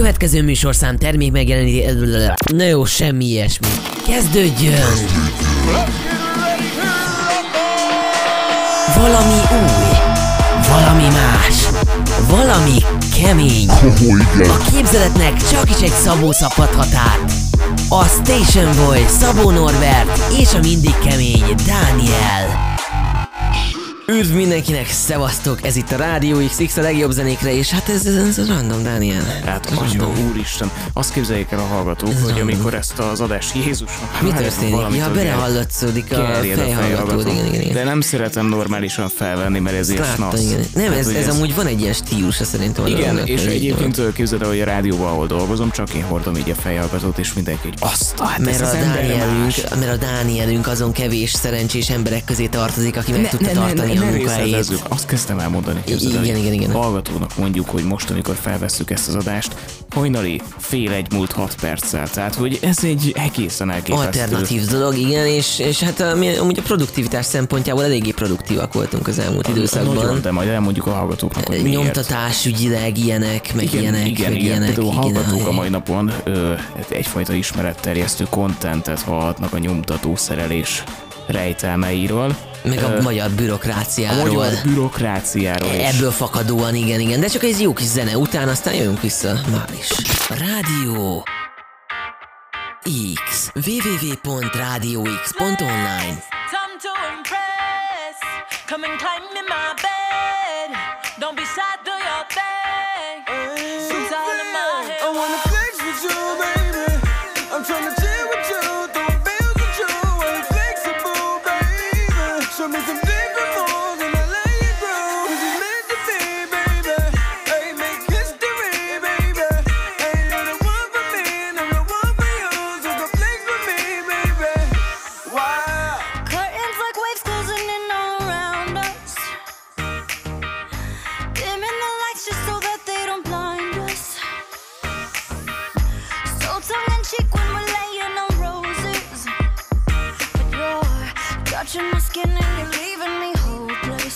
következő műsorszám termék megjeleníti... Na jó, semmi ilyesmi. Kezdődjön! Valami új, valami más, valami kemény. A képzeletnek csak is egy Szabó szabhathat át. A Station Boy, Szabó Norbert és a mindig kemény Dániel. Üdv mindenkinek, szevasztok! Ez itt a Rádió XX, a legjobb zenékre, és hát ez random, Dániel. Hát, atya, úristen, azt képzeljék el a hallgatók, hogy amikor ezt az adást Jézusom... Mi történik? Ja, belehallatszódik a fejhallgató, igen. De nem szeretem normálisan felvenni, mert ezért nasz. Nem, ez amúgy van egy ilyen stílusa szerintem. Igen, és egyébként képzeld el, hogy a rádióban, ahol dolgozom, csak én hordom így a fejhallgatót, és mindenki így mert a Dánielünk azon kevés szerencsés emberek közé tartozik, aki meg tudta tartani a munkahelyét. Azt kezdtem elmondani, igen. Hallgatónak mondjuk, hogy most, amikor felvesszük ezt az adást, hajnali 12:30 múlt 6 perccel, tehát hogy ez egy egészen elképesztő. Alternatív dolog, igen, és hát amúgy a produktivitás szempontjából eléggé produktívak voltunk az elmúlt időszakban. Nagyon, de majd elmondjuk a hallgatóknak, hogy miért. Nyomtatásügyileg ilyenek, meg ilyenek. Igen. Például a hallgatók a mai napon egyfajta ismeretterjesztő kontentet hallhatnak a nyomtató szerelés rejtelmeiről. Meg a magyar bürokráciáról. A magyar bürokráciáról is. Ebből fakadóan, igen. De csak ez jó kis zene után, aztán jövünk vissza már is. Rádió X. www.radiox.online. Time to impress. Come and climb in my bed. Don't be shy, do your thing. It's all in my head. I wanna flex with you, baby. I'm tryna chill with you. Throw bills with you. Ain't flexible, baby. Show me some different moves and I let you go. 'Cause it's meant to be, baby. Hey, make history, baby. Ain't no the one for me, and I'm the one for you. So go flex with me, baby. Wow. Curtains like waves closing in all around us. Dimming the lights just so that they don't blind us. So tongue in cheek when we're laying on roses. But you're touching my skin and you're leaving me hopeless.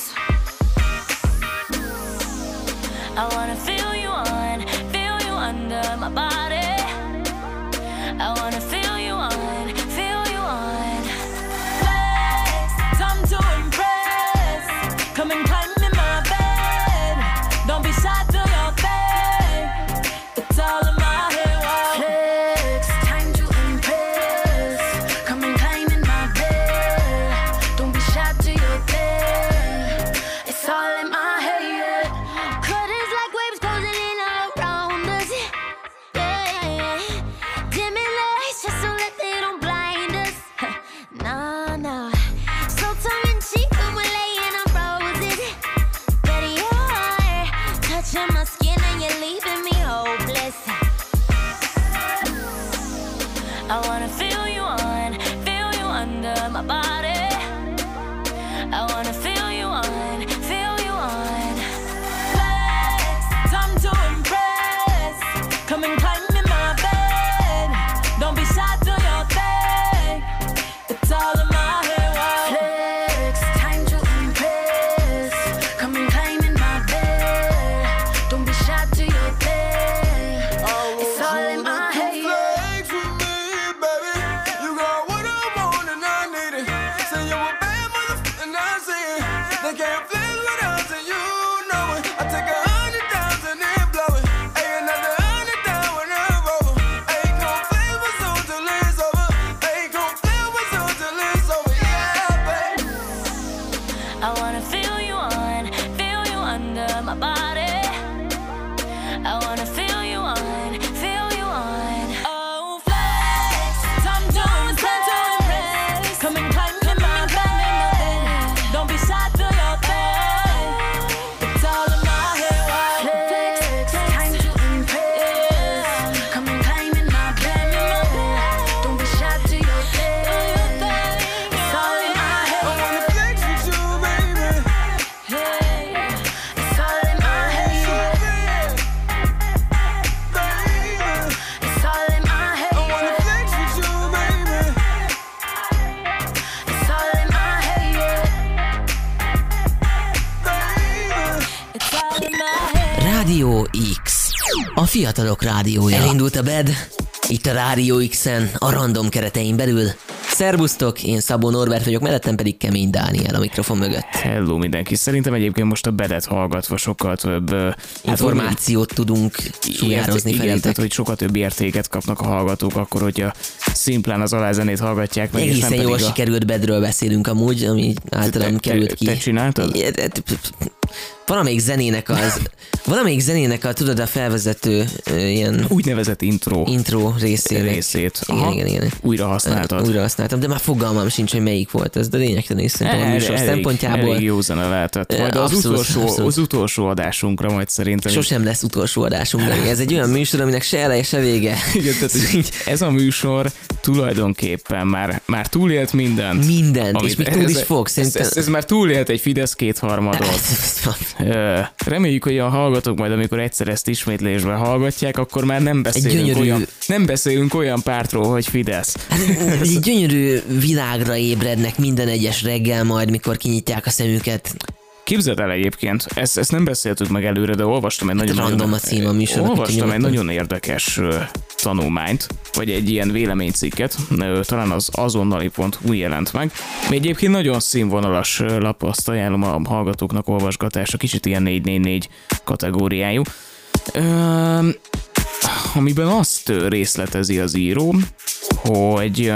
I wanna feel you under my body. I wanna feel you on. Flex, time to impress. Come and climb in my bed. Don't be shy, do your thing. It's all in my head. Wow. Flex, time to impress. Come and climb in my bed. Don't be shy to your bed. It's all in my head, yeah. Curtains like waves closing in all around us. Yeah. Dimming the lights just so that they don't blind us. No. So tongue in cheek when we're laying on roses. But you're touching my skin and you're leaving me hopeless. I wanna feel you under my body. I wanna feel you on. Flex, time to impress. Come and climb in my bed. Don't be shy, do your thing. It's all in my head. Wow. Flex, time to impress. Come and climb in my bed. Don't be shy, A fiatalok rádiója. Elindult a bed, itt a Rádió X-en, a random keretein belül. Szerbusztok, én Szabó Norbert vagyok, mellettem pedig Kemény Dániel a mikrofon mögött. Hello mindenki. Szerintem egyébként most a bedet hallgatva sokkal több információt tudunk sugározni igen, felétek. tehát hogy sokkal több értéket kapnak a hallgatók akkor, hogyha szimplán az alázenét hallgatják meg. Egészen jól sikerült bedről beszélünk amúgy, ami általán került ki. Te csináltad? Valamelyik zenének a tudod, a felvezető ilyen úgynevezett intro részét. Igen. Újra használtad. Újra használtam, de már fogalmam sincs, hogy melyik volt ez, de lényegtelen szerintem a műsor szempontjából. Elég jó zene lehetett. Majd az utolsó adásunkra majd szerintem. Sosem lesz utolsó adásunk, de ez egy olyan műsor, aminek se eleje, se vége. Igen, tehát ez a műsor tulajdonképpen már túlélt mindent. Mindent, és még túl is fog. Ez már túlélt egy Fidesz kétharmadot. Reméljük, hogy a hallgatók majd, amikor egyszer ezt ismétlésben hallgatják, akkor már nem beszélünk olyan pártról, hogy Fidesz. Egy gyönyörű világra ébrednek minden egyes reggel majd, mikor kinyitják a szemüket. Képzeld el egyébként, ezt nem beszéltük meg előre, de olvastam egy nagyon érdekes tanulmányt, vagy egy ilyen véleménycikket, talán az azonnali.hu jelent meg. Egyébként nagyon színvonalas lap, azt ajánlom a hallgatóknak olvasgatásra, kicsit ilyen 444 kategóriájú. Amiben azt részletezi az író, hogy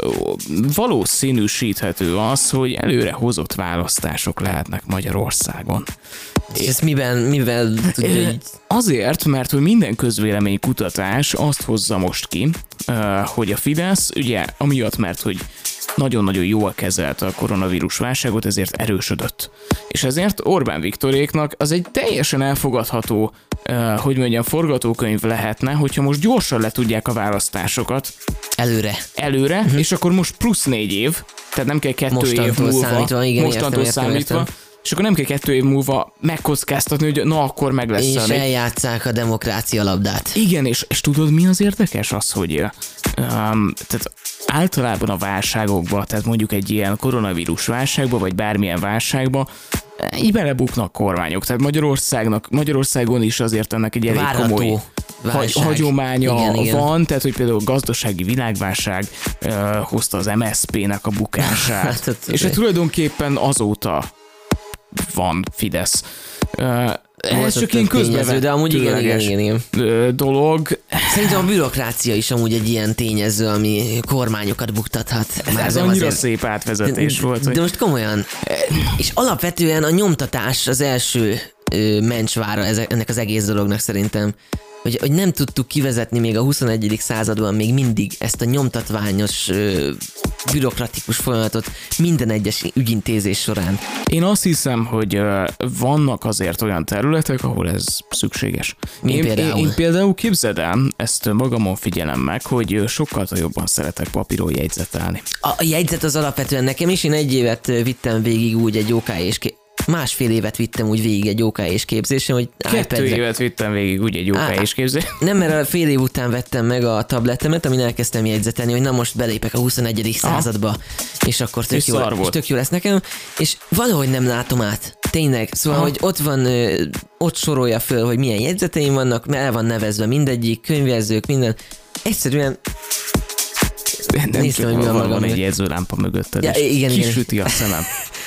valószínűsíthető az, hogy előre hozott választások lehetnek Magyarországon. És ezt mivel tudja? Azért, mert hogy minden közvéleménykutatás azt hozza most ki, hogy a Fidesz, ugye amiatt, mert hogy nagyon-nagyon jól kezelte a koronavírus válságot, ezért erősödött. És ezért Orbán Viktoréknak az egy teljesen elfogadható, forgatókönyv lehetne, hogyha most gyorsan le tudják a választásokat. Előre, és akkor most plusz 4 év, tehát nem kell 2 év múlva, mostantól számítva, és akkor nem kell 2 év múlva megkockáztatni, hogy na akkor meg lesz. És eljátsszák a demokrácia labdát. Igen, és tudod mi az érdekes? Az, hogy tehát általában a válságokban, tehát mondjuk egy ilyen koronavírus válságban, vagy bármilyen válságban, így belebuknak kormányok. Tehát Magyarországon is azért ennek egy elég komoly hagyománya van, tehát hogy például a gazdasági világválság hozta az MSZP-nek a bukását. És tulajdonképpen azóta van Fidesz. Ez csak én közbevető, de amúgy igen. Dolog. Szerintem a bürokrácia is amúgy egy ilyen tényező, ami kormányokat buktathat. Ez annyira szép átvezetés volt. De most komolyan. És alapvetően a nyomtatás az első mencsvára ennek az egész dolognak szerintem. Hogy nem tudtuk kivezetni még a 21. században még mindig ezt a nyomtatványos, bürokratikus folyamatot minden egyes ügyintézés során. Én azt hiszem, hogy vannak azért olyan területek, ahol ez szükséges. Én például képzeld el, ezt magamon figyelem meg, hogy sokkal jobban szeretek papíron jegyzetelni. A jegyzet az alapvetően nekem is, én 1 évet vittem végig úgy egy másfél évet vittem úgy végig egy OK-és képzésen, hogy 2 évet vittem végig úgy egy OK-és képzésen. Nem, mert a fél év után vettem meg a tabletemet, amin elkezdtem jegyzetelni, hogy na most belépek a 21. századba, és akkor tök jó lesz nekem, és valahogy nem látom át. Tényleg, szóval, hogy ott sorolja föl, hogy milyen jegyzeteim vannak, mert el van nevezve mindegyik, könyvjelzők, minden. Egyszerűen néztem, hogy mi van egy jegyzőlámpa mögötted, és kisüti a szemem.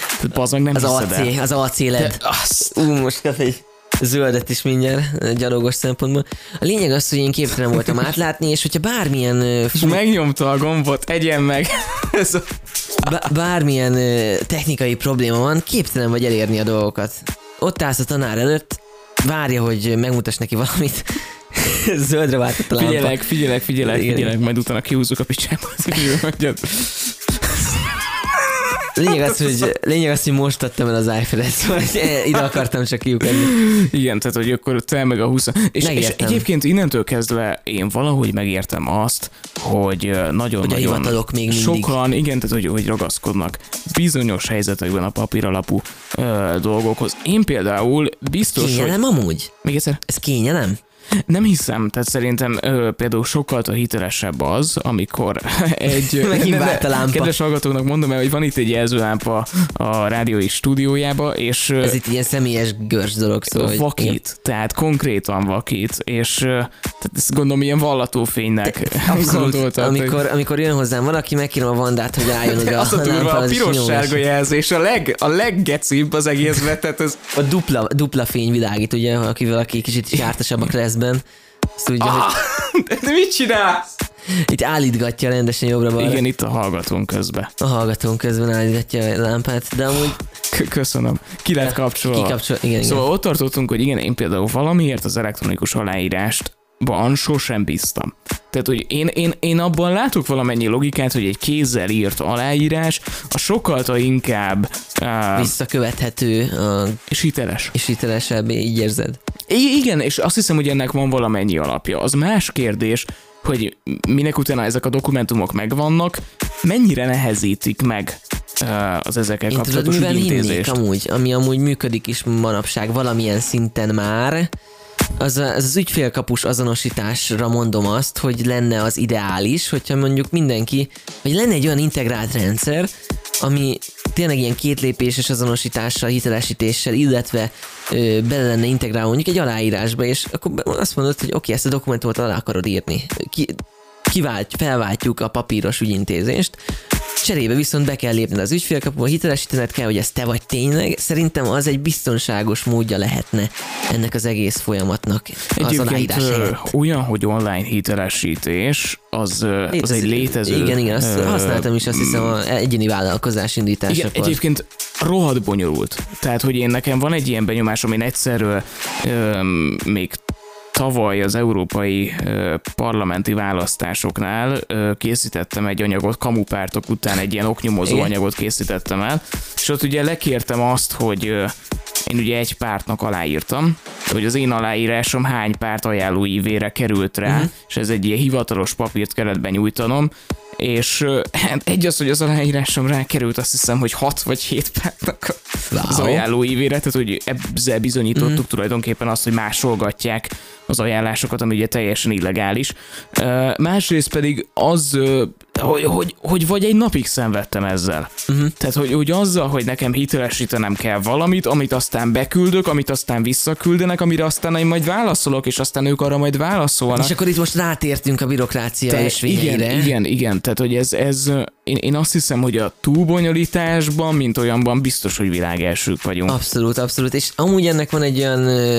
Az AC LED. Most kap egy zöldet is mindjárt gyalogos szempontból. A lényeg az, hogy én képtelen voltam átlátni, és hogyha bármilyen... És megnyomta a gombot, egyen meg. Bármilyen technikai probléma van, képtelen vagy elérni a dolgokat. Ott állsz a tanár előtt, várja, hogy megmutass neki valamit. Zöldre váltott a lámpa. Figyelek, majd utána kihúzzuk a picsába. Lényeg az, hogy most adtam el az iPad-et, szóval ide akartam csak kiukadni. Igen, tehát hogy akkor te meg a 20... És egyébként innentől kezdve én valahogy megértem azt, hogy nagyon-nagyon még sokan, igen, tehát hogy ragaszkodnak bizonyos helyzetekben a papíralapú dolgokhoz. Én például biztos, kényelem amúgy? Még egyszer? Ez kényelem? Nem hiszem, tehát szerintem például sokkal hitelesebb az, amikor egy... Megint vált a lámpa. Kedves hallgatóknak mondom el, hogy van itt egy jelzőlámpa a rádiói stúdiójába, és... Ez itt ilyen személyes görcs dolog, szóval... hogy- vakít, tehát konkrétan vakít, és tehát ezt gondolom ilyen vallatófénynek Abszolút, gondoltad. amikor jön hozzám valaki, megkérem a Vandát, hogy álljon oda Az a durva, a lámpához, és nyomja. piros-sárga jelzés, a leggecibb az egészben, tehát ez... A dupla fény világít, ugye, akivel aki kicsit jártasabb a kreszben. Azt tudja, hogy De mit csinálsz? itt állítgatja rendesen jobbra-balra. Igen, itt a hallgatón közben. A hallgatón közben állítgatja a lámpát, de amúgy Köszönöm. Ki lett kapcsolva. kikapcsol, igen. Szóval ott tartottunk, hogy igen, én például valamiért az elektronikus aláírástban sosem bíztam. Tehát, hogy én abban látok valamennyi logikát, hogy egy kézzel írt aláírás a sokkal inkább Visszakövethető és hiteles. és hitelesebb, így érzed. Igen, és azt hiszem, hogy ennek van valamennyi alapja. Az más kérdés, hogy minek utána ezek a dokumentumok megvannak, mennyire nehezítik meg az ezekkel Én tudod, kapcsolatos mivel hinnék ügyintézést. amúgy, ami amúgy működik is manapság valamilyen szinten már, az ügyfélkapus azonosításra mondom azt, hogy lenne az ideális, hogyha mondjuk mindenki, vagy lenne egy olyan integrált rendszer, ami tényleg ilyen kétlépéses azonosítással, hitelesítéssel, illetve bele lenne integrálva mondjuk egy aláírásba, és akkor azt mondod, hogy oké, ezt a dokumentumot alá akarod írni. Felváltjuk a papíros ügyintézést, cserébe viszont be kell lépned az ügyfélkapuba, hitelesítened kell, hogy ez te vagy tényleg. Szerintem az egy biztonságos módja lehetne ennek az egész folyamatnak az aláírás helyett. Olyan, hogy online hitelesítés, az egy létező... Igen, azt használtam is, azt hiszem, az egyéni vállalkozás Igen, indításakor. egyébként rohadt bonyolult. Tehát, hogy nekem van egy ilyen benyomásom, én egyszerről még tavaly az európai parlamenti választásoknál készítettem egy anyagot, kamupártok után egy ilyen oknyomozó Igen. anyagot készítettem el, és ott ugye lekértem azt, hogy én ugye egy pártnak aláírtam, hogy az én aláírásom hány párt ajánlóívére került rá, és ez egy ilyen hivatalos papírt kellett benyújtanom, és hát egy az, hogy az aláírásom rákerült, azt hiszem, hogy 6 vagy 7 pártnak az ajánlóívére, tehát hogy ezzel bizonyítottuk tulajdonképpen azt, hogy másolgatják az ajánlásokat, ami ugye teljesen illegális. Másrészt pedig az, hogy vagy egy napig szenvedtem ezzel. Tehát, hogy azzal, hogy nekem hitelesítenem kell valamit, amit aztán beküldök, amit aztán visszaküldenek, amire aztán én majd válaszolok, és aztán ők arra majd válaszolnak. És akkor itt most rátértünk a bürokrácia ösvényeire. Igen, tehát hogy ez én azt hiszem, hogy a túlbonyolításban, mint olyanban biztos, hogy világelsők vagyunk. Abszolút, és amúgy ennek van egy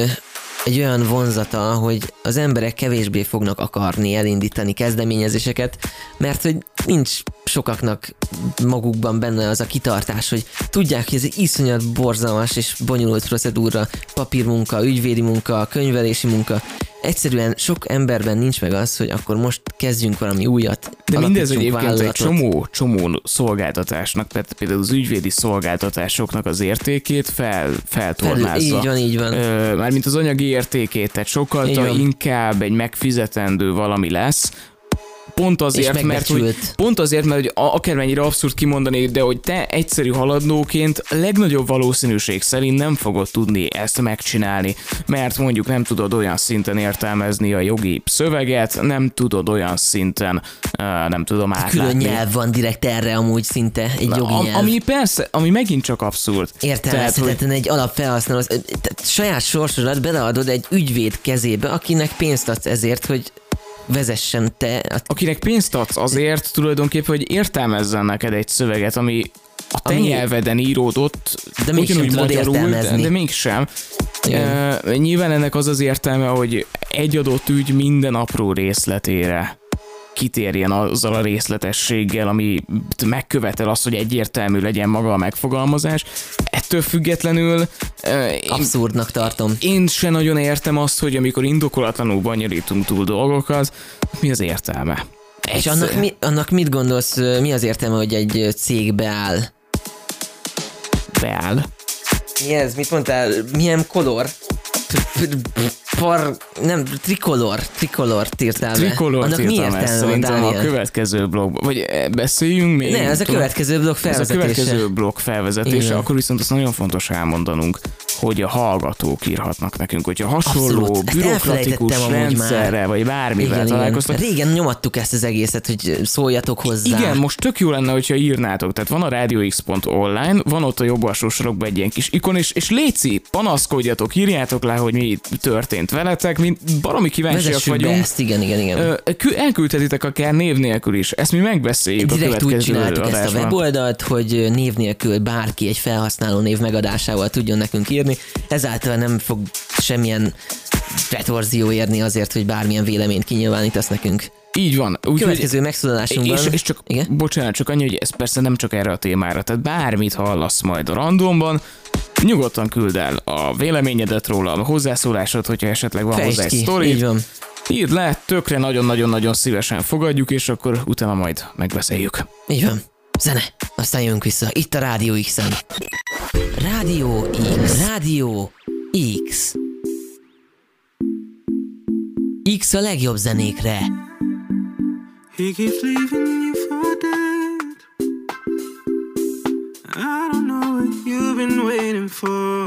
olyan vonzata, hogy az emberek kevésbé fognak akarni elindítani kezdeményezéseket, mert hogy nincs sokaknak magukban benne az a kitartás, hogy tudják, hogy ez egy iszonyat borzalmas és bonyolult procedúra, papírmunka, ügyvédi munka, könyvelési munka. Egyszerűen sok emberben nincs meg az, hogy akkor most kezdjünk valami újat. De mindez alapítsunk egyébként egy vállalatot. csomó szolgáltatásnak, például az ügyvédi szolgáltatásoknak az értékét feltornázza. Így van. Mármint az anyagi értékét, tehát sokkal Így van. inkább egy megfizetendő valami lesz, Pont azért, mert hogy akármennyire abszurd kimondani, de hogy te egyszerű haladnóként a legnagyobb valószínűség szerint nem fogod tudni ezt megcsinálni, mert mondjuk nem tudod olyan szinten értelmezni a jogi szöveget, nem tudod olyan szinten, nem tudom átlátni. Külön nyelv van direkt erre amúgy szinte, egy jogi nyelv. Ami persze, ami megint csak abszurd. Értelmezhetetlen egy alapfelhasználó, saját sorsodat beleadod egy ügyvéd kezébe, akinek pénzt adsz ezért, hogy vezessen te. Akinek pénzt adsz azért tulajdonképpen, hogy értelmezzen neked egy szöveget, ami a te nyelveden íródott, de mégsem tudod értelmezni. De mégsem. Nyilván ennek az értelme, hogy egy adott ügy minden apró részletére kitérjen azzal a részletességgel, ami megkövetel azt, hogy egyértelmű legyen maga a megfogalmazás. Ettől függetlenül abszurdnak tartom. Én se nagyon értem azt, hogy amikor indokolatlanul bonyolítunk túl dolgokat, mi az értelme? És annak mit gondolsz, mi az értelme, hogy egy cég beáll? Beáll? Mi ez? Mit mondtál? Milyen kolor? Trikolort írtál be. Trikolort írtam ezt, szerintem a következő blogban. Vagy beszéljünk még? Ne, ez a következő blog felvezetése. Ez a következő blog felvezetése, akkor viszont azt nagyon fontos elmondanunk, hogy a hallgatók írhatnak nekünk, hogyha hasonló Abszolút. Ezt bürokratikus elfelejtettem amúgy rendszerre, már. vagy bármivel találkoztak. Régen nyomattuk ezt az egészet, hogy szóljatok hozzá. Igen, most tök jó lenne, hogyha írnátok. Tehát van a radiox.online, van ott a jobb alsó sarokban egy ilyen kis ikon, és léci, panaszkodjatok, írjátok le, hogy mi történt veletek, mi baromi kíváncsiak Vezessük be vagyunk. ezt, igen. Elküldhetitek akár név nélkül is, ezt mi megbeszéljük a Direkt úgy következő csináltuk ezt a adásban. weboldalt, hogy név nélkül bárki egy felhasználó név megadásával tudjon nekünk írni. Ezáltal nem fog semmilyen retorzió érni azért, hogy bármilyen véleményt kinyilvánítasz nekünk. Így van. Következő megszólalásunkban... És csak, igen? bocsánat, csak annyi, hogy ez persze nem csak erre a témára, tehát bármit hallasz majd a randomban, nyugodtan küld el a véleményedet róla, a hozzászólásod, hogyha esetleg van hozzá egy sztori. Így van. Írd le, tökre nagyon-nagyon-nagyon szívesen fogadjuk, és akkor utána majd megbeszéljük. Így van. Zene. Aztán jövünk vissza. Itt a Rádió X-en. Rádió X. Rádió X. X a legjobb zenékre. He keeps leaving you for dead. I don't know what you've been waiting for.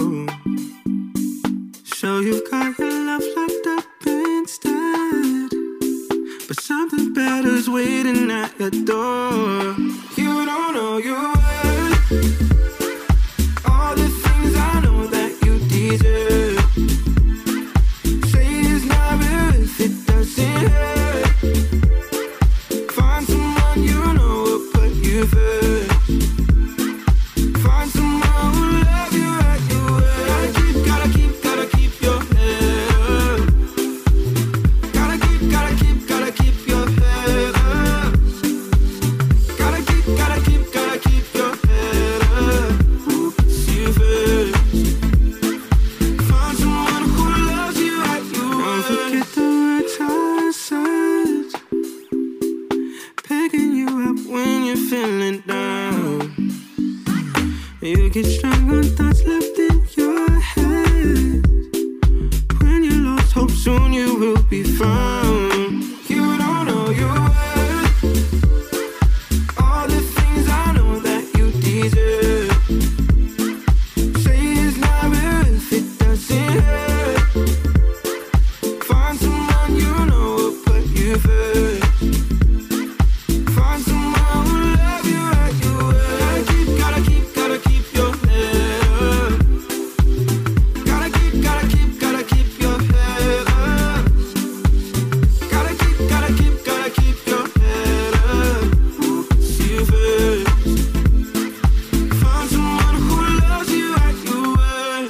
So you've got your love locked up instead. But something better's waiting at your door. You don't know your worth. All the things I know that you deserve. Say it's not real if it doesn't hurt. Find someone you know will put you first. Find someone who love you at your word. Gotta keep your head up. Gotta keep your head up. Gotta keep your head up. See you first. Find someone who loves you at your word. Don't forget the words I said. Picking you up when you're feeling down. You get strong on thoughts left in your head. When you lost hope, soon you will be found. You don't know your worth. All the things I know that you deserve. Say it's not real if it doesn't hurt. Find someone you know will put you first. Find someone who love you at your word. Gotta keep your head up. Gotta keep your head up. Gotta keep your head up. See you first. Find someone who loves you at your word.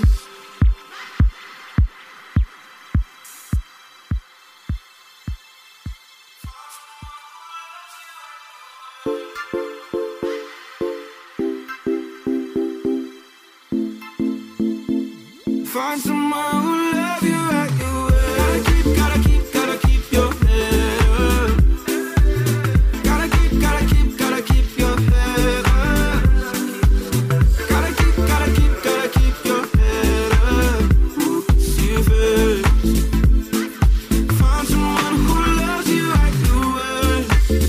Find someone who love you at your word. Gotta keep your head up. Gotta keep your head up. Gotta keep your head up. See you first. Find someone who loves you at your word.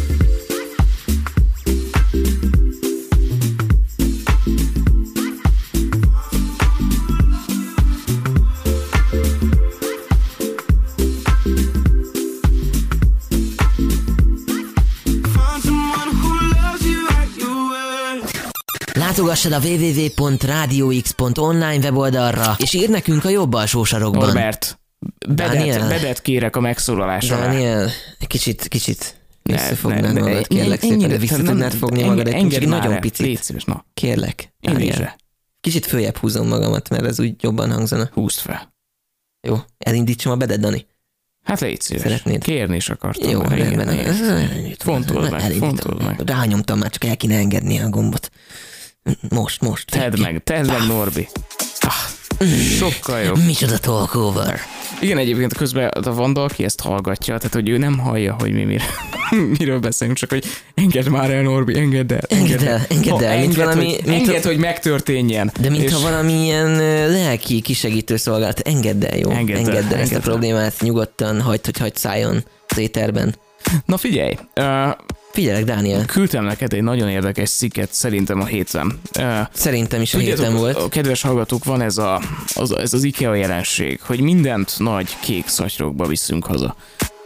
Find someone who loves you at your word. Látogassad a www.radiox.online weboldalra, és írd nekünk a jobb alsó sarokban. Norbert, Daniel. bedet kérek a megszólalásra. Daniel, kicsit összefognád ne, magad, kérlek szépen, de vissza tudnád fogni magad egy engedd kicsit, már nagyon el, picit. légy szíves, na. Kérlek, Indítsd Daniel. le. Kicsit följebb húzom magamat, mert ez úgy jobban hangzana. Húzd fel. Jó, elindítsam a bedet, Dani. Hát légy szíves. Szeretnéd? Kérni is akartam. Jó, már, igen, rendben. igen. Fontold meg, Elindítom. fontold meg. Rányomtam, már csak el kéne engedni a gombot. Most. Tedd meg, Norbi. Sokkal jobb. Micsoda talkover. Igen, egyébként közben a Vanda, aki ezt hallgatja, tehát hogy ő nem hallja, hogy mi miről beszélünk, csak hogy engedd már el, Norbi, engedd el. Engedd el. Engedd, hogy megtörténjen. De mintha valamilyen lelki kisegítő szolgálat. Engedd el, jó? Engedd el ezt a problémát, nyugodtan hagyd szálljon az éterben. Na figyelj, Figyelek, Dániel. Küldtem neked egy nagyon érdekes cikket szerintem a héten. Szerintem is a héten volt. A kedves hallgatók, van ez az IKEA jelenség, hogy mindent nagy kék szatyrokba viszünk haza.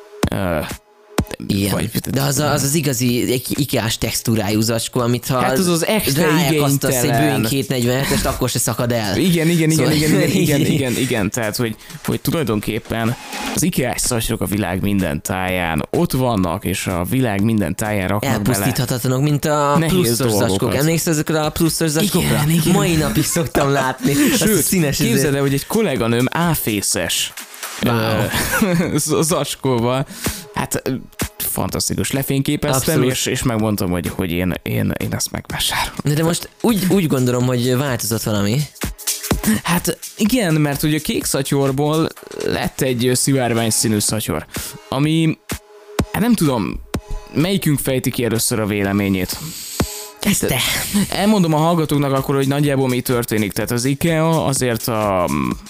Igen. De az igazi IKEA-s textúrájú zacskó, amit ha hát az extra rájakasztasz egy Boeing 747-est, akkor se szakad el. Igen. Tehát, hogy tulajdonképpen az IKEA-s szatyrok a világ minden táján ott vannak, és a világ minden táján raknak bele. Elpusztíthatatlanok, mint a pluszos zacskók. Emlékszel ezekre a pluszos zacskókra? Igen. Mai napig szoktam látni. Sőt, képzeld el, hogy egy kolléganőm áfészes zacskóval. Hát fantasztikus. Lefényképeztem, és megmondtam, hogy én ezt megvásárolom. De most úgy gondolom, hogy változott valami. Hát igen, mert ugye a kék szatyorból lett egy szivárvány színű szatyor, ami, hát nem tudom, melyikünk fejti ki először a véleményét. Ezt te. Elmondom a hallgatóknak akkor, hogy nagyjából mi történik. Tehát az IKEA azért a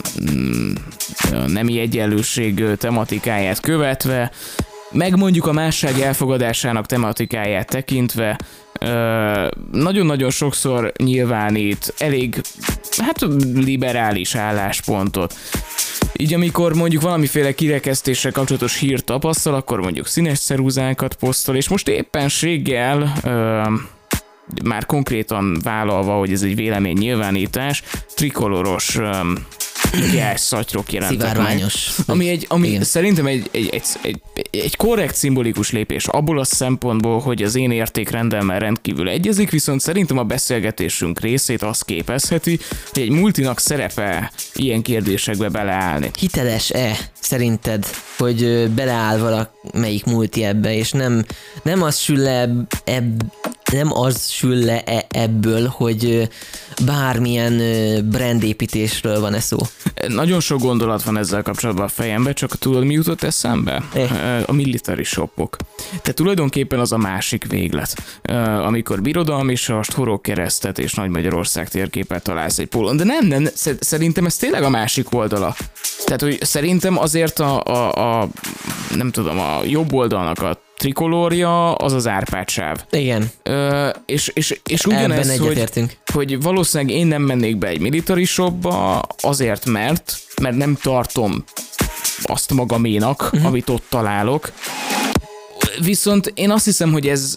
nemi egyenlőség tematikáját követve, meg mondjuk a másság elfogadásának tematikáját tekintve, nagyon-nagyon sokszor nyilvánít elég, hát liberális álláspontot. Így amikor mondjuk valamiféle kirekesztéssel kapcsolatos hírt tapasztal, akkor mondjuk színes cerúzákat posztol, és most éppenséggel már konkrétan vállalva, hogy ez egy véleménynyilvánítás, trikoloros IKEA-s szatyrok jelentek meg. Ami szerintem egy korrekt szimbolikus lépés abból a szempontból, hogy az én értékrendemmel rendkívül egyezik, viszont szerintem a beszélgetésünk részét az képezheti, hogy egy multinak szerepe ilyen kérdésekbe beleállni. Hiteles-e szerinted, hogy beleáll valamelyik multi ebbe, és nem az sül le ebből, hogy bármilyen brandépítésről van-e szó? Nagyon sok gondolat van ezzel kapcsolatban a fejemben, csak tudod, mi jutott eszembe? A military shopok. Tehát tulajdonképpen az a másik véglet. Amikor birodalmisast, horogkeresztet és Nagy-Magyarország térképet találsz egy pólón. De nem, szerintem ez tényleg a másik oldala. Tehát, hogy szerintem azért nem tudom, a jobb oldalnak a trikolórja az az Árpád-sáv. Igen. És ugyanez, hogy valószínűleg én nem mennék be egy military shopba azért, mert nem tartom azt magaménak, amit ott találok. Viszont én azt hiszem, hogy ez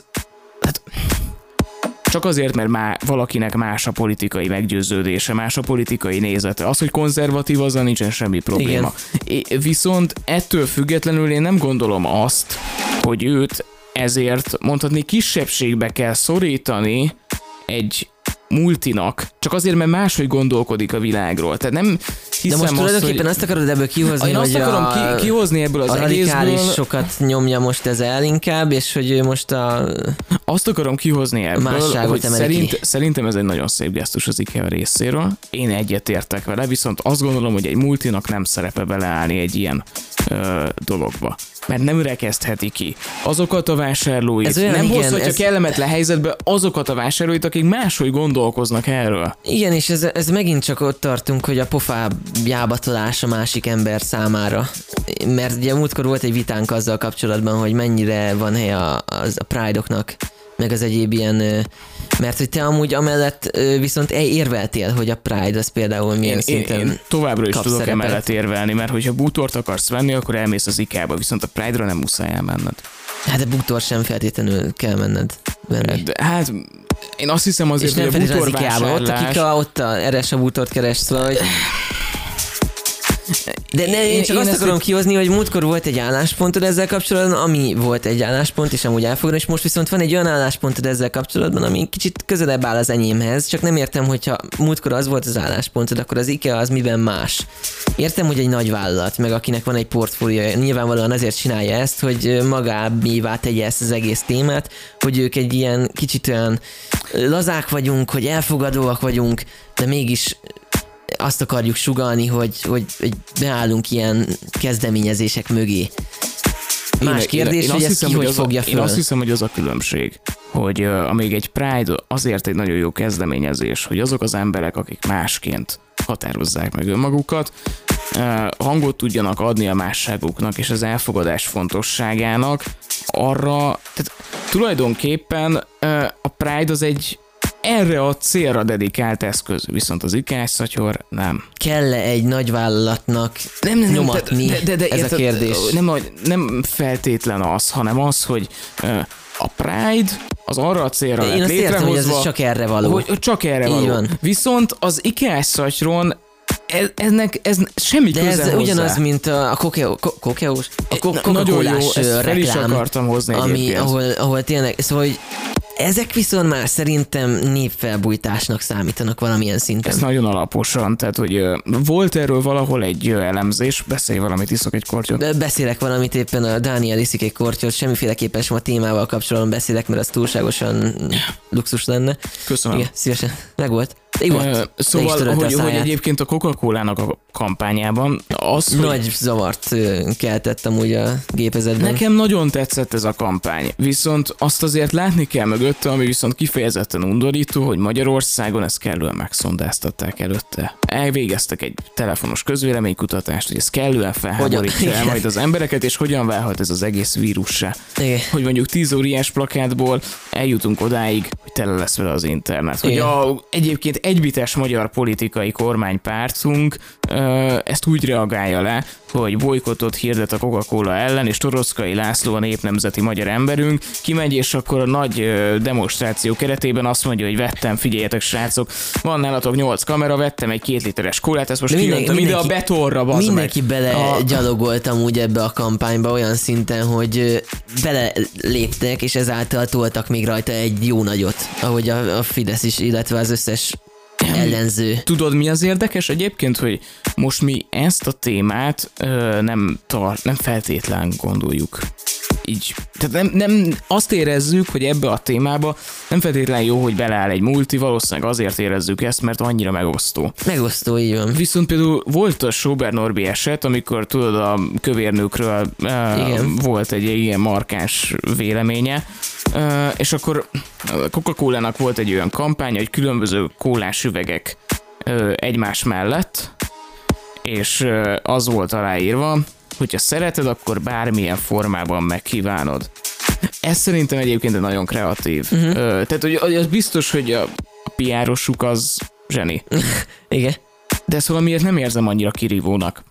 csak azért, mert valakinek más a politikai meggyőződése, más a politikai nézete. Az, hogy konzervatív, azzal nincsen semmi probléma. Viszont ettől függetlenül én nem gondolom azt, hogy őt ezért mondhatni kisebbségbe kell szorítani egy multinak, csak azért, mert máshogy gondolkodik a világról. Tehát nem hiszem. De most tulajdonképpen azt akarod ebből kihozni, én azt akarom kihozni ebből az egészből. A radikálisokat nyomja most ez el inkább, és hogy ő most azt akarom kihozni ebből, hogy szerintem ez egy nagyon szép gesztus az IKEA részéről. Én egyetértek vele, viszont azt gondolom, hogy egy multinak nem szerepe beleállni egy ilyen dologba. Mert nem rekesztheti ki azokat a vásárlóit, nem hozhatja kellemetlen helyzetbe azokat a vásárlóit, akik máshogy gondolkoznak erről. Igen, és ez megint csak ott tartunk, hogy a pofájába tolás a másik ember számára. Mert ugye múltkor volt egy vitánk azzal kapcsolatban, hogy mennyire van hely a Pride-oknak, meg az egyéb ilyen, mert hogy te amúgy amellett viszont érveltél, hogy a Pride az például milyen szinten én továbbra is tudok szerepet. Emellett érvelni, mert hogyha bútort akarsz venni, akkor elmész az IKEA-ba, viszont a Pride-ra nem muszáj elmenned. Hát de bútor sem feltétlenül kell menned venni. De, hát én azt hiszem azért, hogy a bútorvásárlás... Ott, akik ott eres a bútort keres, szóval, hogy... De én csak azt akarom kihozni, hogy múltkor volt egy álláspontod ezzel kapcsolatban, ami volt egy álláspont, és amúgy elfogadom, és most viszont van egy olyan álláspontod ezzel kapcsolatban, ami kicsit közelebb áll az enyémhez, csak nem értem, hogyha múltkor az volt az álláspontod, akkor az IKEA az miben más. Értem, hogy egy nagy vállalat, meg akinek van egy portfóliója, nyilvánvalóan azért csinálja ezt, hogy magábbivá tegye ezt az egész témát, hogy ők egy ilyen kicsit olyan lazák vagyunk, hogy elfogadóak vagyunk, de mégis azt akarjuk sugallni, hogy beállunk ilyen kezdeményezések mögé. Más kérdés, hogy ezt ki hogy fogja föl. Én azt hiszem, hogy az a különbség, hogy amíg egy Pride azért egy nagyon jó kezdeményezés, hogy azok az emberek, akik másként határozzák meg önmagukat, hangot tudjanak adni a másságuknak és az elfogadás fontosságának, arra, tehát tulajdonképpen a Pride az egy erre a célra dedikált eszköz, viszont az IKEA-szatyor nem. Kell-e egy nagyvállalatnak nyomatni? Ez a kérdés. Nem feltétlen az, hanem az, hogy a Pride az arra a célra lett létrehozva, értem, hogy ez csak erre való. Hogy csak erre való. Van. Viszont az IKEA-szatyron ez semmi de köze ez hozzá. ugyanaz, mint a Coca-Colás Nagyon jó, ezt fel is reklám, akartam hozni egyébként. ahol tényleg, szóval, hogy ezek viszont már szerintem népfelbújtásnak számítanak valamilyen szinten. Ez nagyon alaposan, tehát hogy volt erről valahol egy elemzés, beszélj valamit, iszok egy kortyot. Beszélek valamit, éppen a Dániel iszik egy kortyot, semmiféleképpen sem a témával kapcsolatban beszélek, mert az túlságosan luxus lenne. Köszönöm. Igen, szívesen. Megvolt. Szóval, hogy egyébként a Coca-Colának a kampányában az, nagy zavart keltett amúgy a gépezetben. Nekem nagyon tetszett ez a kampány, viszont azt azért látni kell mögötte, ami viszont kifejezetten undorító, hogy Magyarországon ezt kellően megszondáztatták előtte. Elvégeztek egy telefonos közvéleménykutatást, hogy ez kellően felháborítsa el majd az embereket, és hogyan válhat ez az egész vírussá. Igen. Hogy mondjuk 10 óriás plakátból eljutunk odáig, hogy tele lesz vele az internet. Hogy egyébként egybites magyar politikai kormánypártunk ezt úgy reagálja le, hogy bolykottot hirdet a Coca-Cola ellen, és Toroczkai László, a népnemzeti magyar emberünk, kimegy, és akkor a nagy demonstráció keretében azt mondja, hogy vettem, figyeljetek srácok, van nálatok 8 kamera, vettem egy 2 literes kólát, ezt most kijöntem ide a betonra, bazd meg. Mindenki belegyalogolt amúgy ebbe a kampányba olyan szinten, hogy beleléptek, és ezáltal toltak még rajta egy jó nagyot, ahogy a Fidesz is, illetve az összes ellenző. Tudod, mi az érdekes egyébként, hogy most mi ezt a témát nem feltétlen gondoljuk. Így. Tehát nem azt érezzük, hogy ebbe a témába nem feltétlen jó, hogy beleáll egy multi, valószínűleg azért érezzük ezt, mert annyira megosztó. Megosztó, így van. Viszont például volt a Sober Norbi eset, amikor tudod, a kövérnőkről volt egy ilyen markáns véleménye, és akkor a Coca-Colának volt egy olyan kampány, hogy különböző kólás üvegek egymás mellett, és az volt aláírva, hogyha szereted, akkor bármilyen formában megkívánod. Ez szerintem egyébként nagyon kreatív. Tehát, hogy az biztos, hogy a PR-osuk az zseni. Igen. De szóval miért nem érzem annyira kirívónak?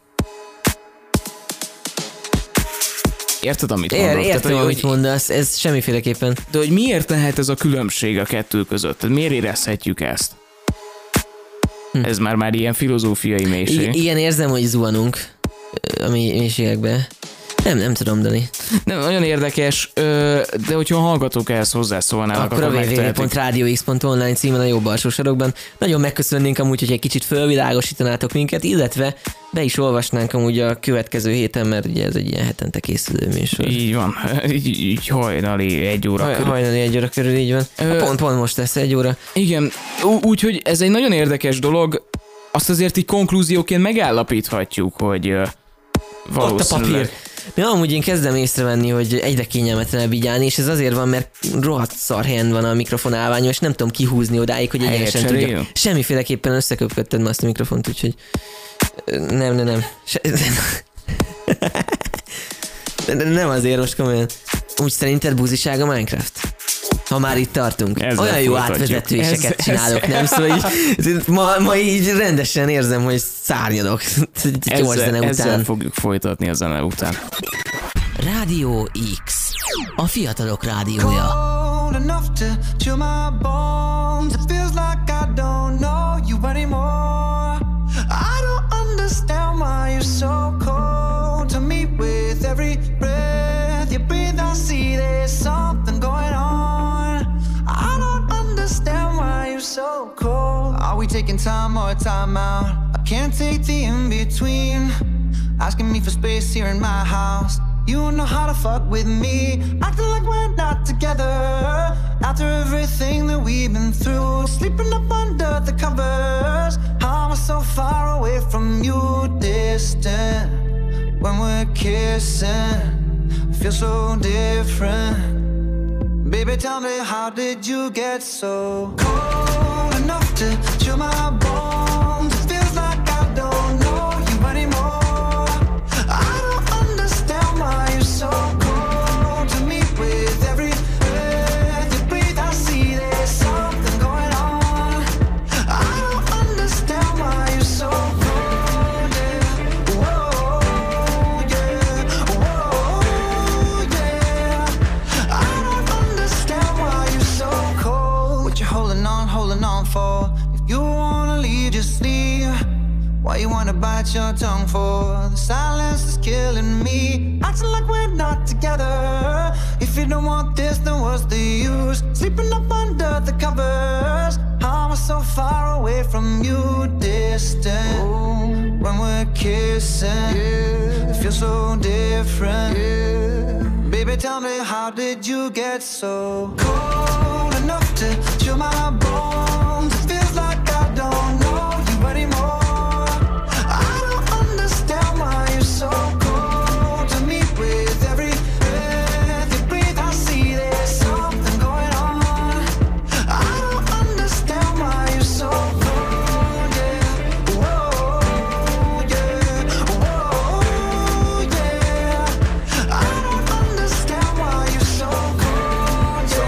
Érted, amit mondok? Értem, amit mondasz, ez semmiféleképpen. De hogy miért lehet ez a különbség a kettő között? Tehát miért érezhetjük ezt? Ez már ilyen filozófiai mélység. Igen, érzem, hogy zuhanunk a mélységekbe. Nem tudom, Dani. Nem, nagyon érdekes, de hogyha a hallgatók ehhez hozzászólnának, akkor a www.radiox.online címen a jobb alsó sarokban. Nagyon megköszönnénk amúgy, hogy egy kicsit fölvilágosítanátok minket, illetve be is olvasnánk amúgy a következő héten, mert ugye ez egy ilyen hetente készülő műsor. Így van, így hajnali 1 óra körül. Hajnali 1 óra körül, így van. Pont most lesz 1 óra. Igen, úgyhogy ez egy nagyon érdekes dolog. Azt azért így konklúzióként megállapíthatjuk, hogy valószínűleg... Ott a papír. Ja, amúgy én kezdem észrevenni, hogy egyre kényelmetlenebb így állni, és ez azért van, mert rohadt szar helyen van a mikrofon állványon, és nem tudom kihúzni odáig, hogy egyenesen tudja. Semmiféleképpen összeköpködted ma azt a mikrofont, úgyhogy nem. Nem azért most komolyan. Úgy szerinted buziság a Minecraft? Ha már itt tartunk. Olyan jó átvezetéseket csinálok, nem? Szóval így, ma így rendesen érzem, hogy szárnyadok. Ezzel fogjuk folytatni a zene után. Rádió X. A fiatalok rádiója. Something going on. I don't understand why you're so cold. Are we taking time or time out? I can't take the in-between. Asking me for space here in my house. You don't know how to fuck with me. Acting like we're not together. After everything that we've been through. Sleeping up under the covers. How am I so far away from you? Distant. When we're kissing, feel so different. Baby, tell me, how did you get so cold enough to chill my bones? It feels like don't know you anymore. I don't understand why you're so cold to me. With every breath you breathe, I see there's something going on. I don't understand why you're so cold, yeah. Whoa, yeah. Whoa, yeah. I don't understand why you're so cold. What you holding on for? If you wanna leave, just leave. Why you wanna bite your tongue for? The silence is killing me. Acting like we're not together. If you don't want this, then what's the use? Sleeping up under the covers. How am I so far away from you? Distant. Ooh, when we're kissing, it feels so different. Baby, tell me, how did you get so cold enough to chill my bones? It feels like I don't know you anymore. I don't understand why you're so cold to me. With every breath you breathe, I see there's something going on. I don't understand why you're so cold, yeah. Whoa, yeah. Whoa, yeah. I don't understand why you're so cold, yeah.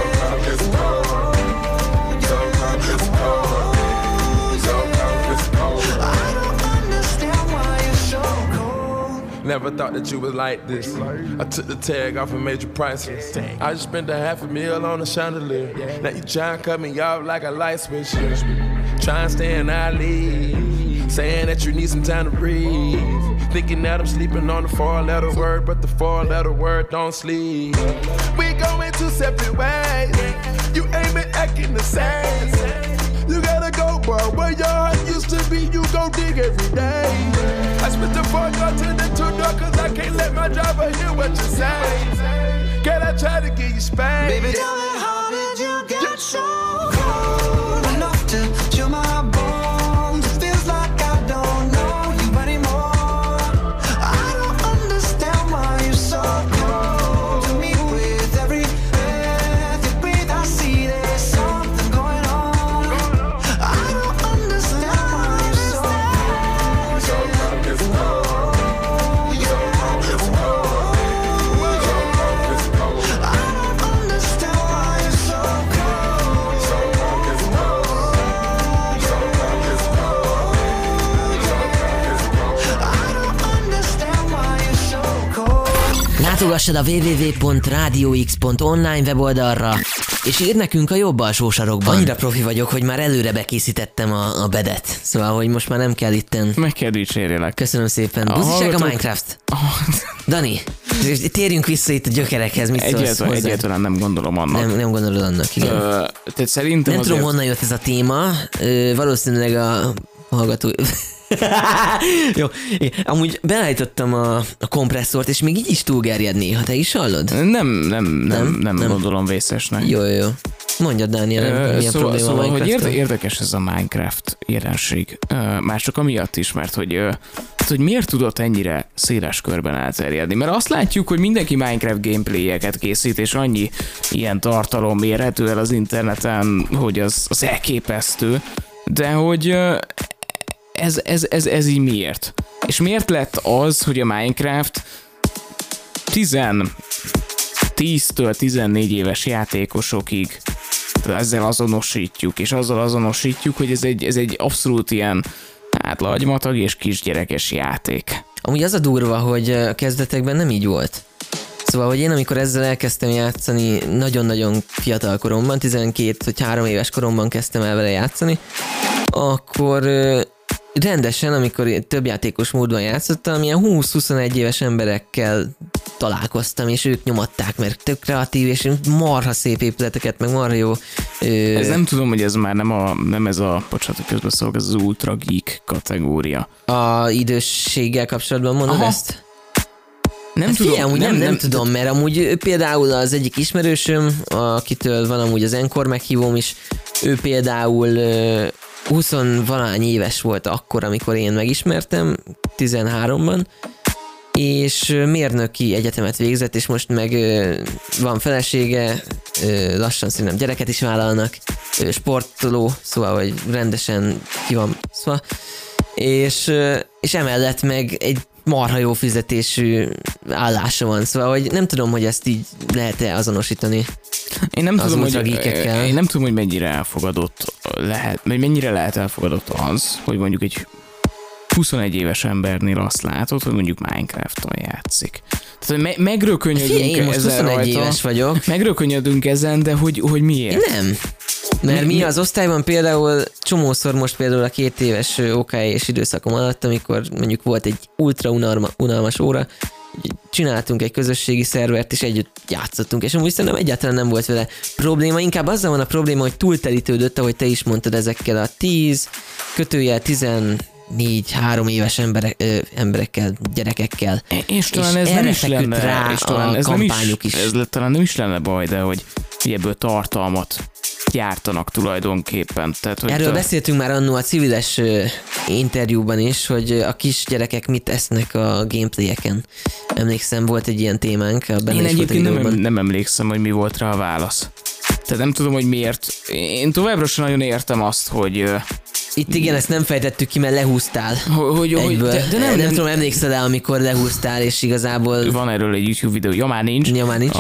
Never thought that you was like this. I took the tag off and made you priceless. I just spent $500,000 on a chandelier. Now you tryna cut me off like a light switch. Tryna stay in our league, saying that you need some time to breathe. Thinking that I'm sleeping on the 4-letter word, but the 4-letter word don't sleep. We going two separate ways. You ain't been acting the same. You gotta go, bro. Where your heart used to be, you gon' dig every day. I spit the fuck out to the 2-door, cause I can't let my driver hear what you say. Can I try to give you space? Baby, tell me, how did you get so cold enough to chill my bones? It feels like I don't know you anymore. I don't understand why you're so cold to me. With every breath you breathe, I see there's something going on. I don't understand why you're so cold, yeah. Whoa, yeah. Whoa, yeah. I don't understand why you're so cold. I don't understand why you're so cold. Látogassad a www.radiox.online weboldalra, és írd nekünk a jobb alsó sarokban. Annyira profi vagyok, hogy már előre bekészítettem a bedet. Szóval, hogy most már nem kell itten. Meg kell dicsérjelek. Köszönöm szépen. Buziság a Minecraft. Dani, térjünk vissza itt a gyökerekhez. Mit szólsz hozzá? Egyáltalán nem gondolom annak. Nem gondolod annak, igen. Tehát szerintem Nem azért... tudom, honnan jött ez a téma. Valószínűleg a hallgató... Jó, amúgy beállítottam a kompresszort, és még így is túlgerjed néha. Te is hallod? Nem gondolom vészesnek. Jó. Mondjad, Dániel, milyen probléma szóval, a Minecraft-tal? hogy érdekes ez a Minecraft jelenség. Már csak amiatt is, mert hogy miért tudott ennyire széles körben elterjedni. Mert azt látjuk, hogy mindenki Minecraft gameplayeket készít, és annyi ilyen tartalom érhető el az interneten, hogy az elképesztő. De hogy ez így miért? És miért lett az, hogy a Minecraft 10-től 14 éves játékosokig ezzel azonosítjuk, és azzal azonosítjuk, hogy ez egy abszolút ilyen lagymatag és kisgyerekes játék. Amúgy az a durva, hogy a kezdetekben nem így volt. Szóval, hogy én amikor ezzel elkezdtem játszani nagyon-nagyon fiatal koromban, 12 vagy 3 éves koromban kezdtem el vele játszani, akkor rendesen, amikor több játékos módban játszottam, ilyen 20-21 éves emberekkel találkoztam, és ők nyomatták, mert tök kreatív, és marha szép épületeket, meg marha jó... Ez nem tudom, hogy ez már nem ez a, bocsánat, közbeszólok, ez az ultra geek kategória. A idősséggel kapcsolatban mondod ezt? Nem hát tudom, figyelj, nem tudom, mert amúgy például az egyik ismerősöm, akitől van amúgy az Encore meghívom is, ő például 20-valány éves volt akkor, amikor én megismertem, 13-ban, és mérnöki egyetemet végzett, és most meg van felesége, lassan szerintem gyereket is vállalnak, sportoló, szóval, hogy rendesen ki van, szóval, és emellett meg egy marha jó fizetésű állása van, szóval hogy nem tudom, hogy ezt így lehet-e azonosítani. Én nem tudom, hogy mennyire elfogadott lehet, vagy mennyire lehet elfogadott az, hogy mondjuk egy 21 éves embernél azt látod, hogy mondjuk Minecraft-on játszik. Tehát megrökönyödünk én most 21 éves vagyok. Megrökönyödünk ezen, de hogy miért? Nem. Mert mi az osztályban például csomószor most például a 2 éves OKS időszakom alatt, amikor mondjuk volt egy ultra unalmas óra, csináltunk egy közösségi szervert, és együtt játszottunk, és amúgy szerintem egyáltalán nem volt vele probléma, inkább azzal van a probléma, hogy túltelítődött, ahogy te is mondtad, ezekkel a 14-3 éves emberekkel, gyerekekkel. És talán ez nem is lenne rá és talán ez kampányuk is. Ez talán nem is lenne baj, de hogy ebből tartalmat gyártanak tulajdonképpen. Tehát, hogy erről beszéltünk már annó a civiles interjúban is, hogy a kisgyerekek mit esznek a gameplayeken. Emlékszem, volt egy ilyen témánk. Én egyébként nem emlékszem, hogy mi volt rá a válasz. Tehát nem tudom, hogy miért. Én továbbra sem nagyon értem azt, hogy... Itt igen, ezt nem fejtettük ki, mert lehúztál egyből. De nem tudom, emlékszel el, amikor lehúztál, és igazából... Van erről egy YouTube videó. Ja, már nincs. Ja, már nincs,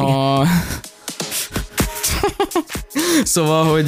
Szóval, hogy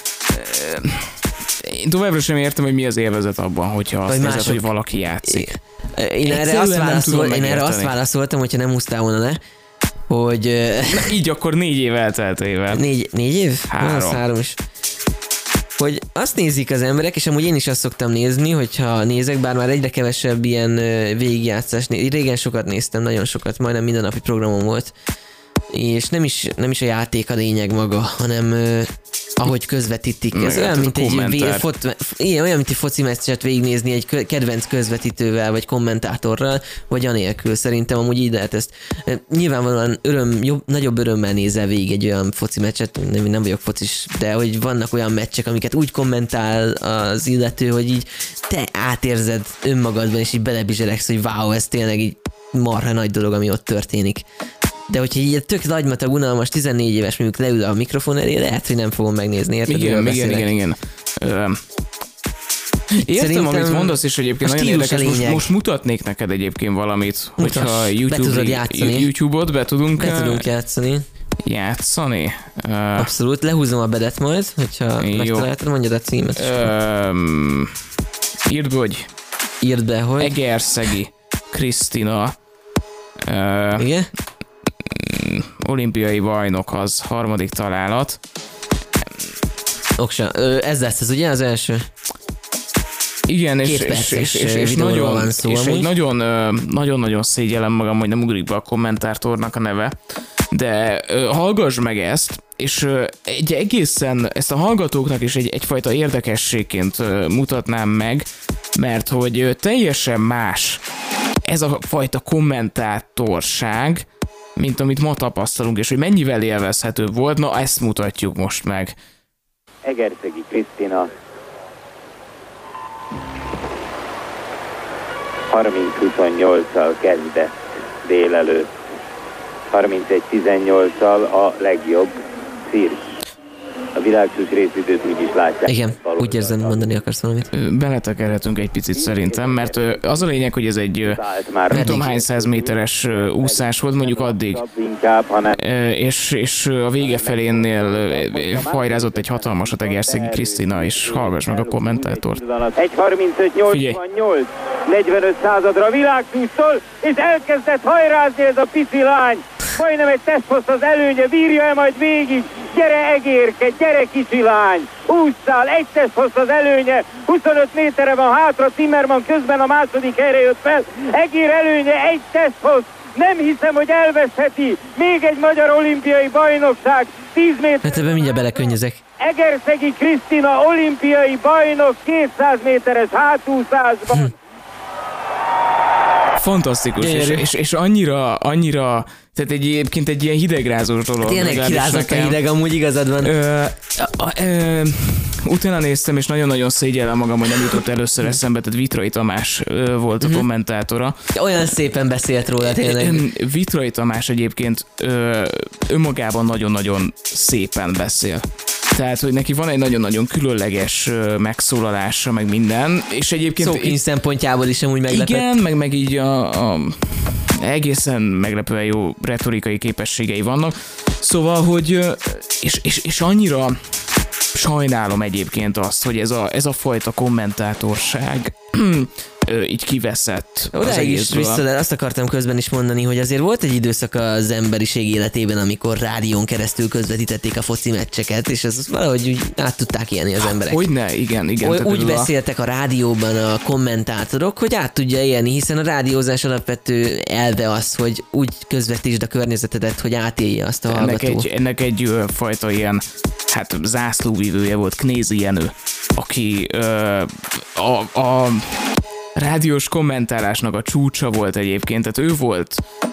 én továbbra sem értem, hogy mi az élvezet abban, hogyha azt nézed, hogy valaki játszik. Én erre azt válaszoltam, hogyha nem húztál volna le, hogy... Na, így akkor 4 év elteltével. 4 év? 3 is. Hogy azt nézik az emberek, és amúgy én is azt szoktam nézni, hogyha nézek, bár már egyre kevesebb ilyen végigjátszás. Régen sokat néztem, nagyon sokat, majdnem mindennapi programom volt. És nem is a játék a lényeg maga, hanem ahogy közvetítik. Ez olyan, mint egy foci meccset végignézni egy kedvenc közvetítővel, vagy kommentátorral, vagy anélkül. Szerintem amúgy így lehet ezt. Nyilvánvalóan nagyobb örömmel nézel végig egy olyan foci meccset, nem vagyok focis, de hogy vannak olyan meccsek, amiket úgy kommentál az illető, hogy így te átérzed önmagadban, és így belebizseregsz, hogy wow, ez tényleg így marha nagy dolog, ami ott történik. De hogyha így tök lagymatag, unalmas, 14 éves mondjuk leül a mikrofon elé, lehet, hogy nem fogom megnézni, érted? Igen. Értem, amit mondasz, és egyébként nagyon érdekes. Most mutatnék neked egyébként valamit, hogyha YouTube-ot be tudunk játszani. Játszani? Abszolút, lehúzom a bedet majd, hogyha megtaláltad, mondjad a címet. Írd be, hogy Egerszegi Krisztina. Igen? Olimpiai bajnok az, 3. találat. Oksa, ez lesz az ugye az első? Igen, és nagyon szégyellem magam, hogy nem ugrik be a kommentátornak a neve, de hallgass meg ezt, és ezt a hallgatóknak is egyfajta érdekességként mutatnám meg, mert hogy teljesen más ez a fajta kommentátorság, mint amit ma tapasztalunk, és hogy mennyivel élvezhető volt, na ezt mutatjuk most meg. Egerszegi Krisztina 30-28-al kezdett délelőtt, 31-18-al a legjobb Cirk. A világcsúcs részidőt úgy is látják. Igen, úgy érzem, mondani akarsz valamit. Beletekerhetünk egy picit szerintem, mert az a lényeg, hogy ez egy nem tudom hány 100 méteres úszás volt, mondjuk addig. És a vége felénél hajrázott egy hatalmasat Egerszegi Krisztina, és hallgass meg a kommentátort. 1.35.88, 45 századra a világcsúcstól, és elkezdett hajrázni ez a pici lány. Majdnem egy tesztposzt az előnye, bírja-e majd végig? Gyere Egérke, gyere kicsi lány! 20 szál, egy tesztposzt az előnye, 25 méterre van hátra, Timmerman közben a második helyre jött fel, Egér előnye, egy tesztposzt, nem hiszem, hogy elveszheti, még egy magyar olimpiai bajnokság, 10 méter... Hát ebben mindjárt belekönnyezek. Egerszegi Krisztina olimpiai bajnok 200 méteres hátúszásban. Fantasztikus, és annyira, tehát egyébként egy ilyen hidegrázós dolog. Tényleg kirázott a hideg, amúgy igazad van. Utána néztem, és nagyon-nagyon szégyellem magam, hogy nem jutott először eszembe, tehát Vitrai Tamás volt a kommentátora. Olyan szépen beszélt róla tényleg. Vitrai Tamás egyébként önmagában nagyon-nagyon szépen beszél. Tehát, hogy neki van egy nagyon-nagyon különleges megszólalása, meg minden, és egyébként... Szókincs szempontjából is amúgy meglepett. Igen, meg így a egészen meglepően jó retorikai képességei vannak. Szóval, hogy... És annyira sajnálom egyébként azt, hogy ez a fajta kommentátorság így kiveszett az Odáig is egészből. vissza, de azt akartam közben is mondani, hogy azért volt egy időszak az emberiség életében, amikor rádión keresztül közvetítették a foci meccseket, és ez valahogy úgy át tudták élni az emberek. Hogyne, igen. Úgy beszéltek a rádióban a kommentátorok, hogy át tudja élni, hiszen a rádiózás alapvető elve az, hogy úgy közvetítsd a környezetedet, hogy átélje azt a hallgató. Ennek egy fajta ilyen, zászlóvivője volt Knézi Jenő, aki a rádiós kommentálásnak a csúcsa volt egyébként, tehát ő volt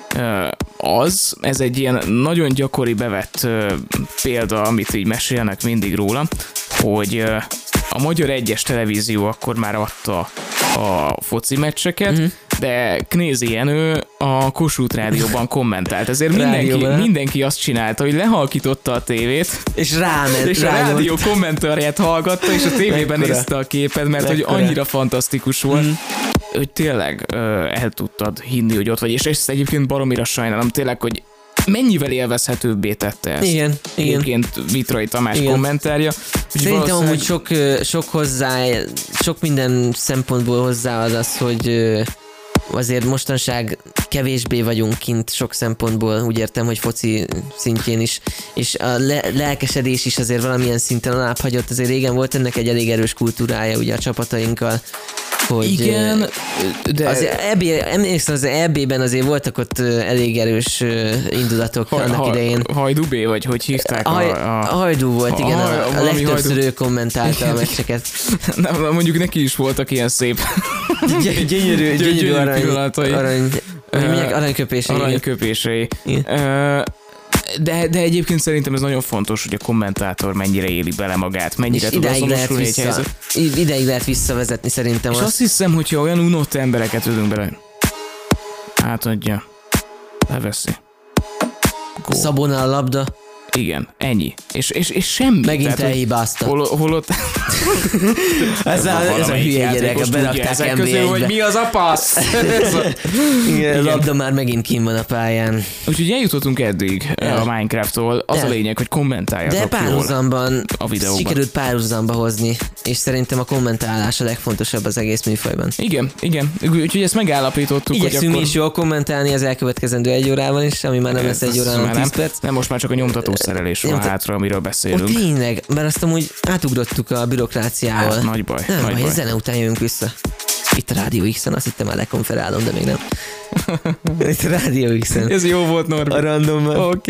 ez egy ilyen nagyon gyakori bevett példa, amit így mesélnek mindig róla, hogy a Magyar Egyes Televízió akkor már adta a foci meccseket, de Knézi Jenő a Kossuth Rádióban kommentált. Ezért mindenki azt csinálta, hogy lehalkította a tévét, és ráment. És a rádió kommentárját hallgatta, és a tévében nézte a képet, mert hogy annyira fantasztikus volt, hogy tényleg el tudtad hinni, hogy ott vagy. És ezt egyébként baromira sajnálom tényleg, hogy mennyivel élvezhetőbbé tette ezt. Igen. Egyébként Vitrai Tamás kommentárja. Szerintem amúgy sok minden szempontból hozzáad az, hogy azért mostanság kevésbé vagyunk kint sok szempontból, úgy értem, hogy foci szintjén is, és a lelkesedés is azért valamilyen szinten alább hagyott, azért régen volt ennek egy elég erős kultúrája ugye a csapatainkkal, hogy igen, de... Emlékszem, az EB-ben azért voltak ott elég erős indulatok annak idején. Hajdú B, vagy hogy hívták? A Hajdú volt, igen, a legtöbbször ő kommentálta a meccseket. Nem, mondjuk neki is voltak ilyen szép gyönyörű aranyköpései. De egyébként szerintem ez nagyon fontos, hogy a kommentátor mennyire éli bele magát, mennyire tud azonosulni egy helyzet. Ideig lehet visszavezetni szerintem. És azt hiszem, hogyha olyan unott embereket ülünk bele, átadja, leveszi. Szabona a labda. Igen, ennyi. És semmi. Megint elhibázta. Holott... ez a hülye gyerek, a berakták közül, hogy mi az a passz? Igen, a labda már megint kín van a pályán. Úgyhogy eljutottunk eddig a Minecraft-tól. Az a lényeg, hogy kommentáljatok jól párhuzamban a videóban. Sikerült párhuzamba hozni, és szerintem a kommentálás a legfontosabb az egész műfajban. Igen. Úgyhogy ezt megállapítottuk. Igyekszünk mi is jól kommentálni az elkövetkezendő 1 órában is, ami már nem lesz 1 óra, hanem 10 perc. Nem, most már csak a nyomtatószerelés van hátra, amiről beszélünk. Tényleg, mert azt amúgy átugrottuk a bürokráciával. Hát, nagy baj. Nem baj, zene után jövünk vissza. Itt a Rádió X-en, azt hittem már lekonferálom, de még nem. Itt a Rádió X-en. Ez jó volt, Norbi. A randomban. Oké.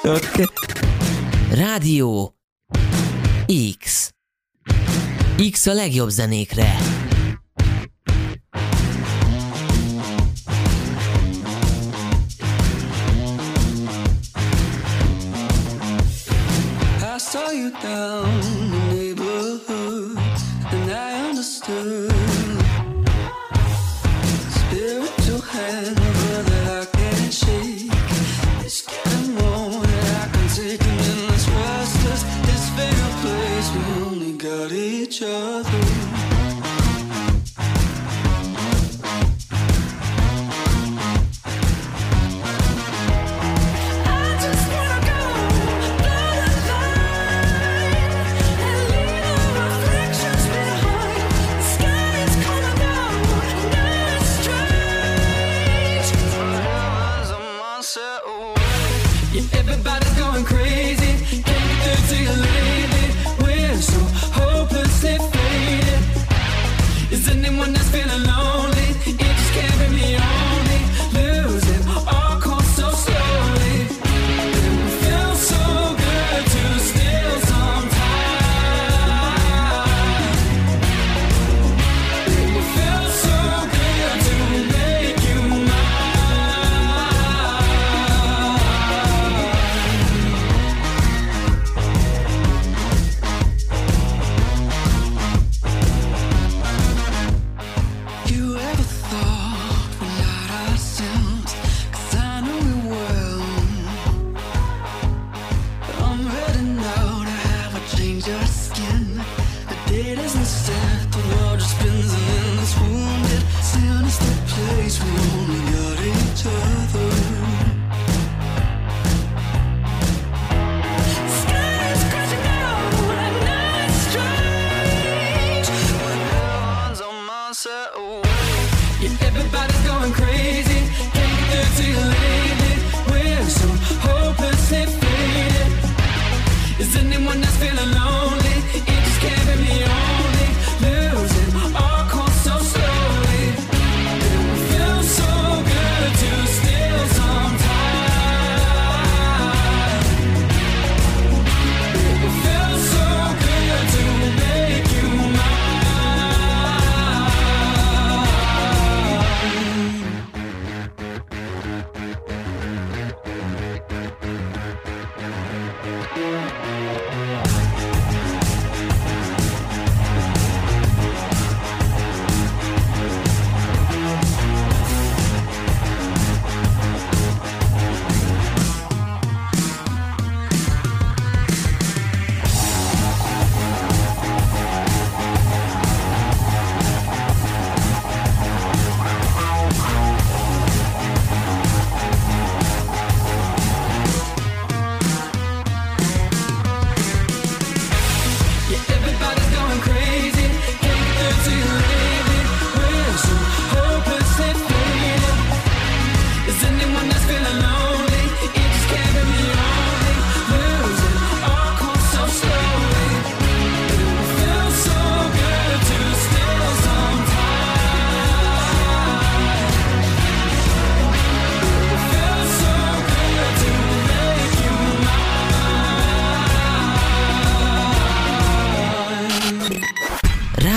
Rádió X. X a legjobb zenékre. I saw you down the neighborhood, and I understood. Spiritual hand that I can't shake. It's getting warm and I can take it in this restless, this fatal place. We only got each other. Everybody's going crazy, can't get through to you lately. We're so hopelessly faded. Is anyone else feeling lonely? It just can't bring me only. Losing our course so slowly. It feels so good to steal some time. It feels so good to make you mine.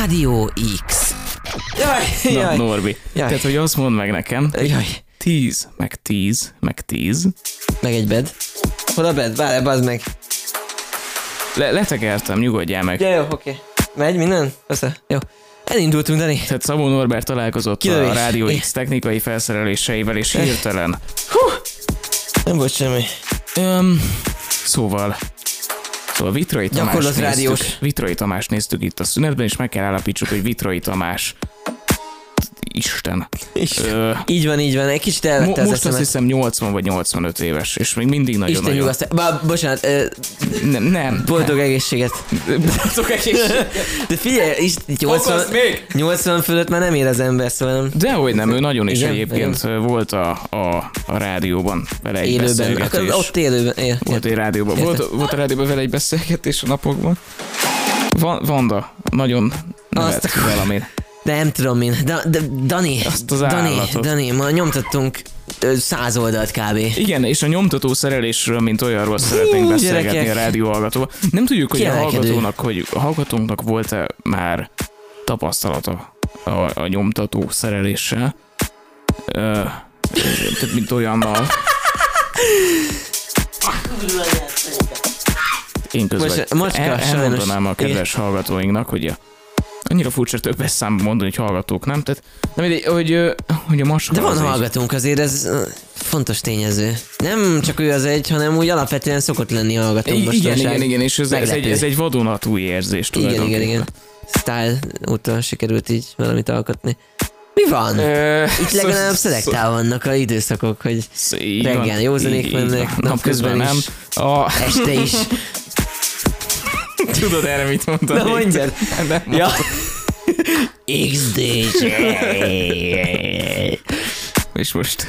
Rádió X. Na, Norbi. Tehát, hogy azt mondd meg nekem, Jaj. 10, meg 10, meg 10. Meg egy bed. Hol a bed? Várj, bazd meg. Letekertem, nyugodjál meg. Ja, jó, oké. Megy minden? Össze. Jó. Elindultunk, Dani. Tehát Szabó Norbert találkozott Kilövés. a Rádió X technikai felszereléseivel, és hirtelen. Nem volt semmi. Szóval Vitrai Tamás Gyakorlat rádiós. néztük. Vitrai Tamás néztük itt a szünetben, és meg kell állapítsuk, hogy Vitrai Tamás Isten. Így van. Egy kicsit elvette az Most azt eszemet. hiszem 80 vagy 85 éves, és még mindig Isten nagyon-nagyon. nyugasztal. Bocsánat, Nem. boldog egészséget. Boldog egészséget. De figyelj, 80 fölött már nem ér az ember, szóval nem. Dehogy nem, ő nagyon is Igen, egyébként volt a rádióban vele egy Élőben. beszélgetés. Akkor ott élőben. Volt egy rádióban. Volt a rádióban vele egy beszélgetés a napokban. Vanda nagyon nevet valamin. De nem tudom én. Dani, Azt az állatot. Dani, ma nyomtattunk 100 oldalt kb. Igen, és a nyomtató szerelésről, mint olyanról szeretnénk beszélgetni gyerekek. a rádióhallgatóval. Nem tudjuk, hogy Kiemelkedő. a hallgatónknak volt-e már tapasztalata a nyomtató szereléssel. Tehát mint olyannal. Én közben Macska, elmondanám sajnos. a kedves hallgatóinknak, hogy annyira furcsa többes számban mondani, hogy hallgatók, nem? Tehát, nem mindegy, hogy a macska De van az egy- hallgatónk azért, ez fontos tényező. Nem csak ő az egy, hanem úgy alapvetően szokott lenni hallgatónk mostanság. Igen, és Meglepő. ez egy vadonatúj érzés tulajdonképpen. Igen. Style óta sikerült így valamit alkotni. Mi van? Itt legalább szelektál vannak a időszakok, hogy reggel jó zenék mennek, napközben nem. is, este is. Tudod erre mit mondani? Na mondjad. Nem Ja. XDJ. És most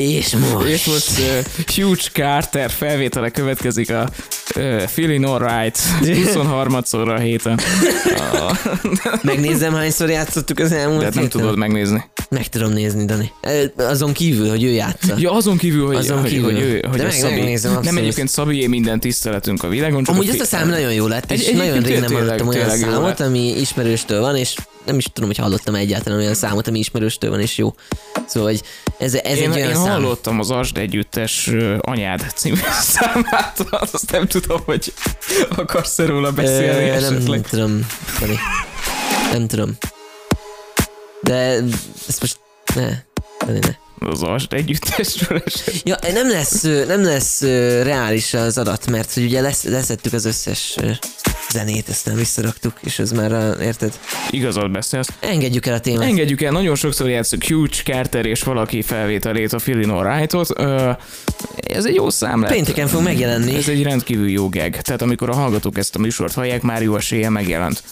Huge Carter felvétele következik a Feeling Alright 23-szorra a héten. Megnézzem, hányszor játszottuk az elmúlt De hát nem héten? tudod megnézni. Meg tudom nézni, Dani. Azon kívül, hogy ő játsza. Ja, azon kívül, hogy De a meg- Szabi. megnézem, Nem, abszolút. egyébként Szabié minden tiszteletünk a világon. Csak Amúgy az a szám nagyon jó lett, és Egyébként nagyon rég nem tényleg- hallottam olyan tényleg jó számot, lett. ami ismerőstől van, és nem is tudom, hogy hallottam egyáltalán olyan számot, ami ismerőstől van, és jó. Szóval, hogy ez egy Én olyan szám. hallottam az Asd Együttes Anyád című számát, azt nem tudom, hogy akarsz-e róla beszélni esetleg. Nem tudom, Dani. Nem tudom. De ezt most Dani, ne. Az Asd Együttesről esetleg. Ja, nem lesz reális az adat, mert hogy ugye leszettük az összes zenét, aztán visszaraktuk, és ez már, érted? Igazad beszélsz. Engedjük el a témát. Engedjük el, nagyon sokszor játszunk Huge Carter és valaki felvételét a Feeling Alright-ot. Ez egy jó szám lett. Pénteken fog megjelenni. Ez egy rendkívül jó gag. Tehát amikor a hallgatók ezt a műsort hallják, már jó eséllyel megjelent.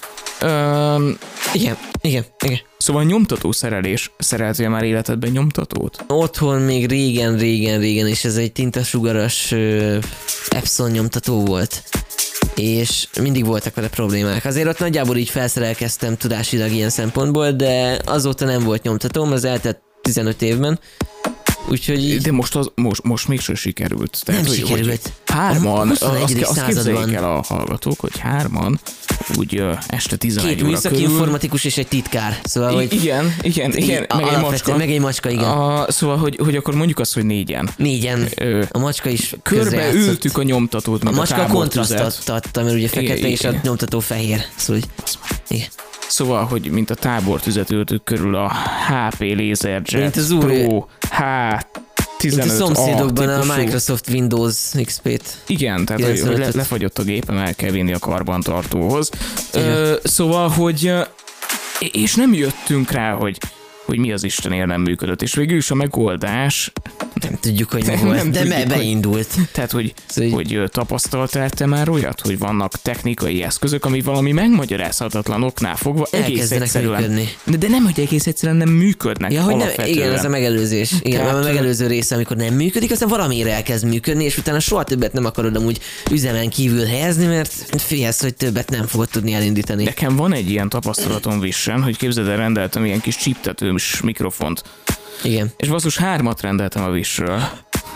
Igen. Szóval nyomtató szerelés. Szereltél már életedben nyomtatót? Otthon még régen, és ez egy tintasugaras Epson nyomtató volt. És mindig voltak vele problémák. Azért ott nagyjából így felszerelkeztem tudásilag ilyen szempontból, de azóta nem volt nyomtatóm, az eltett 15 évben. Úgyhogy így De most mégsem sikerült. nem hogy sikerült. Hárman, A 21. azt képzeljék században. el a hallgatók, hogy hárman úgy este 11 Két óra műszaki körül. informatikus és egy titkár. Szóval, hogy Igen, meg egy macska. Meg egy macska, igen. Szóval, hogy akkor mondjuk azt, hogy négyen. Négyen. Ö, A macska is Körbe közrejátszott. ültük a nyomtatót, A mint a macska tábortüzet. kontrasztot adta, mert ugye fekete Igen, és a igen. nyomtató fehér. Szóval, igen. Szóval, hogy mint a tábortüzet ültük körül a HP LaserJet Mint az úr- Pro Mint a H15A szomszédokban a típusú. Microsoft Windows XP-t. Igen, tehát hogy 95-öt. lefagyott a gépem, el kell vinni a karbantartóhoz. Igen. Szóval, hogy és nem jöttünk rá, hogy mi az Istenért nem működött, és végül is a megoldás, Nem tudjuk, hogy mi Nem volt, de tudjuk, hogy- beindult. tehát hogy, Szóval így- hogy tapasztaltál te már olyat, hogy vannak technikai eszközök, ami valami megmagyarázhatatlan oknál fogva egész Elkezdenek egyszerűen. működni. De nem, hogy egész egyszerűen nem működnek Ja, hogy nem, alapvetően. igen, ez a megelőzés. Igen, Tehát- a megelőző része, amikor nem működik, aztán valamire elkezd működni, és utána soha többet nem akarod amúgy üzemen kívül helyezni, mert félsz, hogy többet nem fogod tudni elindítani. Nekem van egy ilyen tapasztalatom Vissen, hogy képzeld el, rendeltem ilyen kis csiptetős mikrofont, Igen. és basszus 3 rendeltem a Wishről,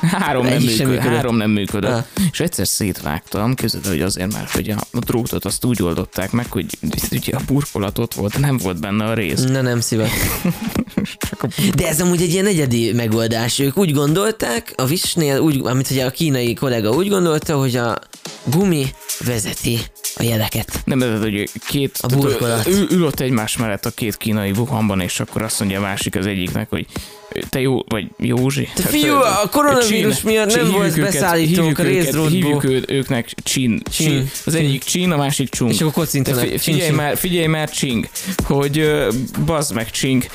Három nem működött. És egyszer szétvágtam, képzeld, hogy azért már, hogy a drótot azt úgy oldották meg, hogy ugye a burkolat ott volt, nem volt benne a rész. Na nem szívet. De ez amúgy egy ilyen egyedi megoldás. Ők úgy gondolták, a Wish-nél, amit ugye a kínai kollega úgy gondolta, hogy a gumi vezeti a jeleket. Nem, de hogy a burkolat. Ül ott egymás mellett a két kínai Wuhanban, és akkor azt mondja a másik az egyiknek, hogy te jó, vagy Józsi. Te fiú, a koronavírus miatt nem volt beszállítónk a részdrótból. Hívjuk őknek Csin. Az egyik Csin, a másik Csung. És akkor kocintanak. Figyelj már Csing, hogy bazd meg Csing.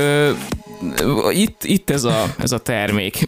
Itt ez a termék.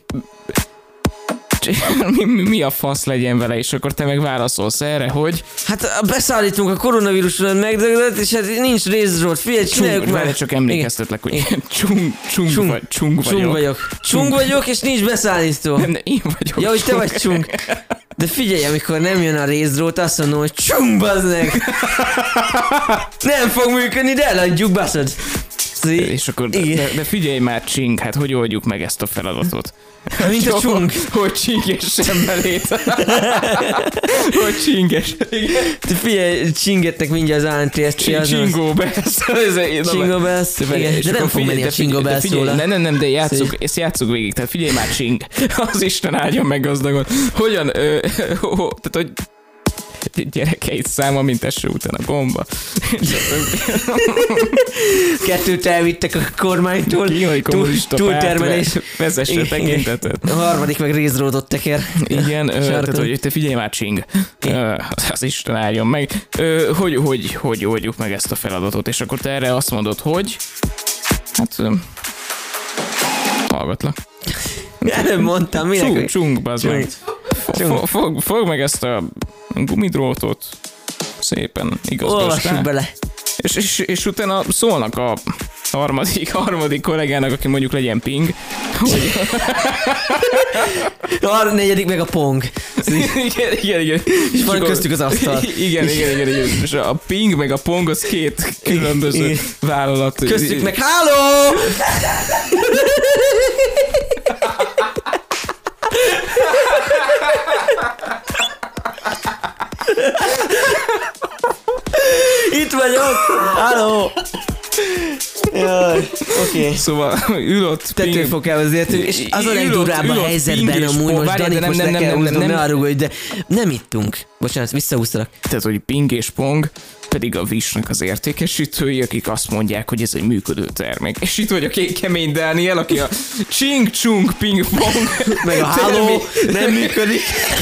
Mi a fasz legyen vele, és akkor te meg válaszolsz erre, hogy... Hát beszállítunk a koronavírusról megdögölt, és hát nincs részdrót. Figyelj, csináljuk már. Vele csak emlékeztetlek, hogy Csung vagyok. Csung vagyok, és nincs beszállító. Nem, én vagyok. Ja, hogy te vagy Csung. De figyelj, amikor nem jön a részdrót, azt mondom, hogy Csung, bazd meg. Nem fog működni, de eladjuk, baszod. És akkor, de figyelj már Csing, hát hogy oldjuk meg ezt a feladatot? Mint a Csung. Hogy csingessen belét. Hogy csinges. Te figyelj, csingetnek mindjárt az ANTS. Csingo Bells. Csingo Bells. De nem fog menni a Csingo Bells róla. Nem, de játsszuk végig. Tehát figyelj már Csing. Az Isten áldjon meg gazdagon. Hogyan, tehát hogy gyerekeit száma, mint eső után a bomba. Kettőt elvittek a kormánytól. Kínai kommunista túltermelés. Vezesse tekintetet. A harmadik meg részdrótot teker. Igen, tehát hogy te figyelj már Csing. Az Isten álljon meg. Hogy oldjuk meg ezt a feladatot, és akkor te erre azt mondod, hogy hát hallgatlak. Nem mondtam, minek? Csung, bazd meg. Fogd meg ezt a gumidrótot szépen igazgass. Olvassuk bele. És utána szólnak a harmadik kollégának, aki mondjuk legyen Ping, hogy... A negyedik meg a Pong. Igen. És van köztük az asztal. Igen. És a Ping meg a Pong az két különböző vállalat. Köztük meg háló! Itt vagyok! Halló! Jaj, oké. Szóval ül ott tetőfokával azért, és az a legdurább a helyzetben amúgy, most Dani, most le kell húznom, ne arrugolj, de nem ittunk. Bocsánat, visszahúztalak. Tehát, hogy Ping és Pong pedig a Wish-nek az értékesítői, akik azt mondják, hogy ez egy működő termék. És itt vagy a kemény Dániel, aki a Csing, Csung, Ping, Pong. Meg a háló nem működik.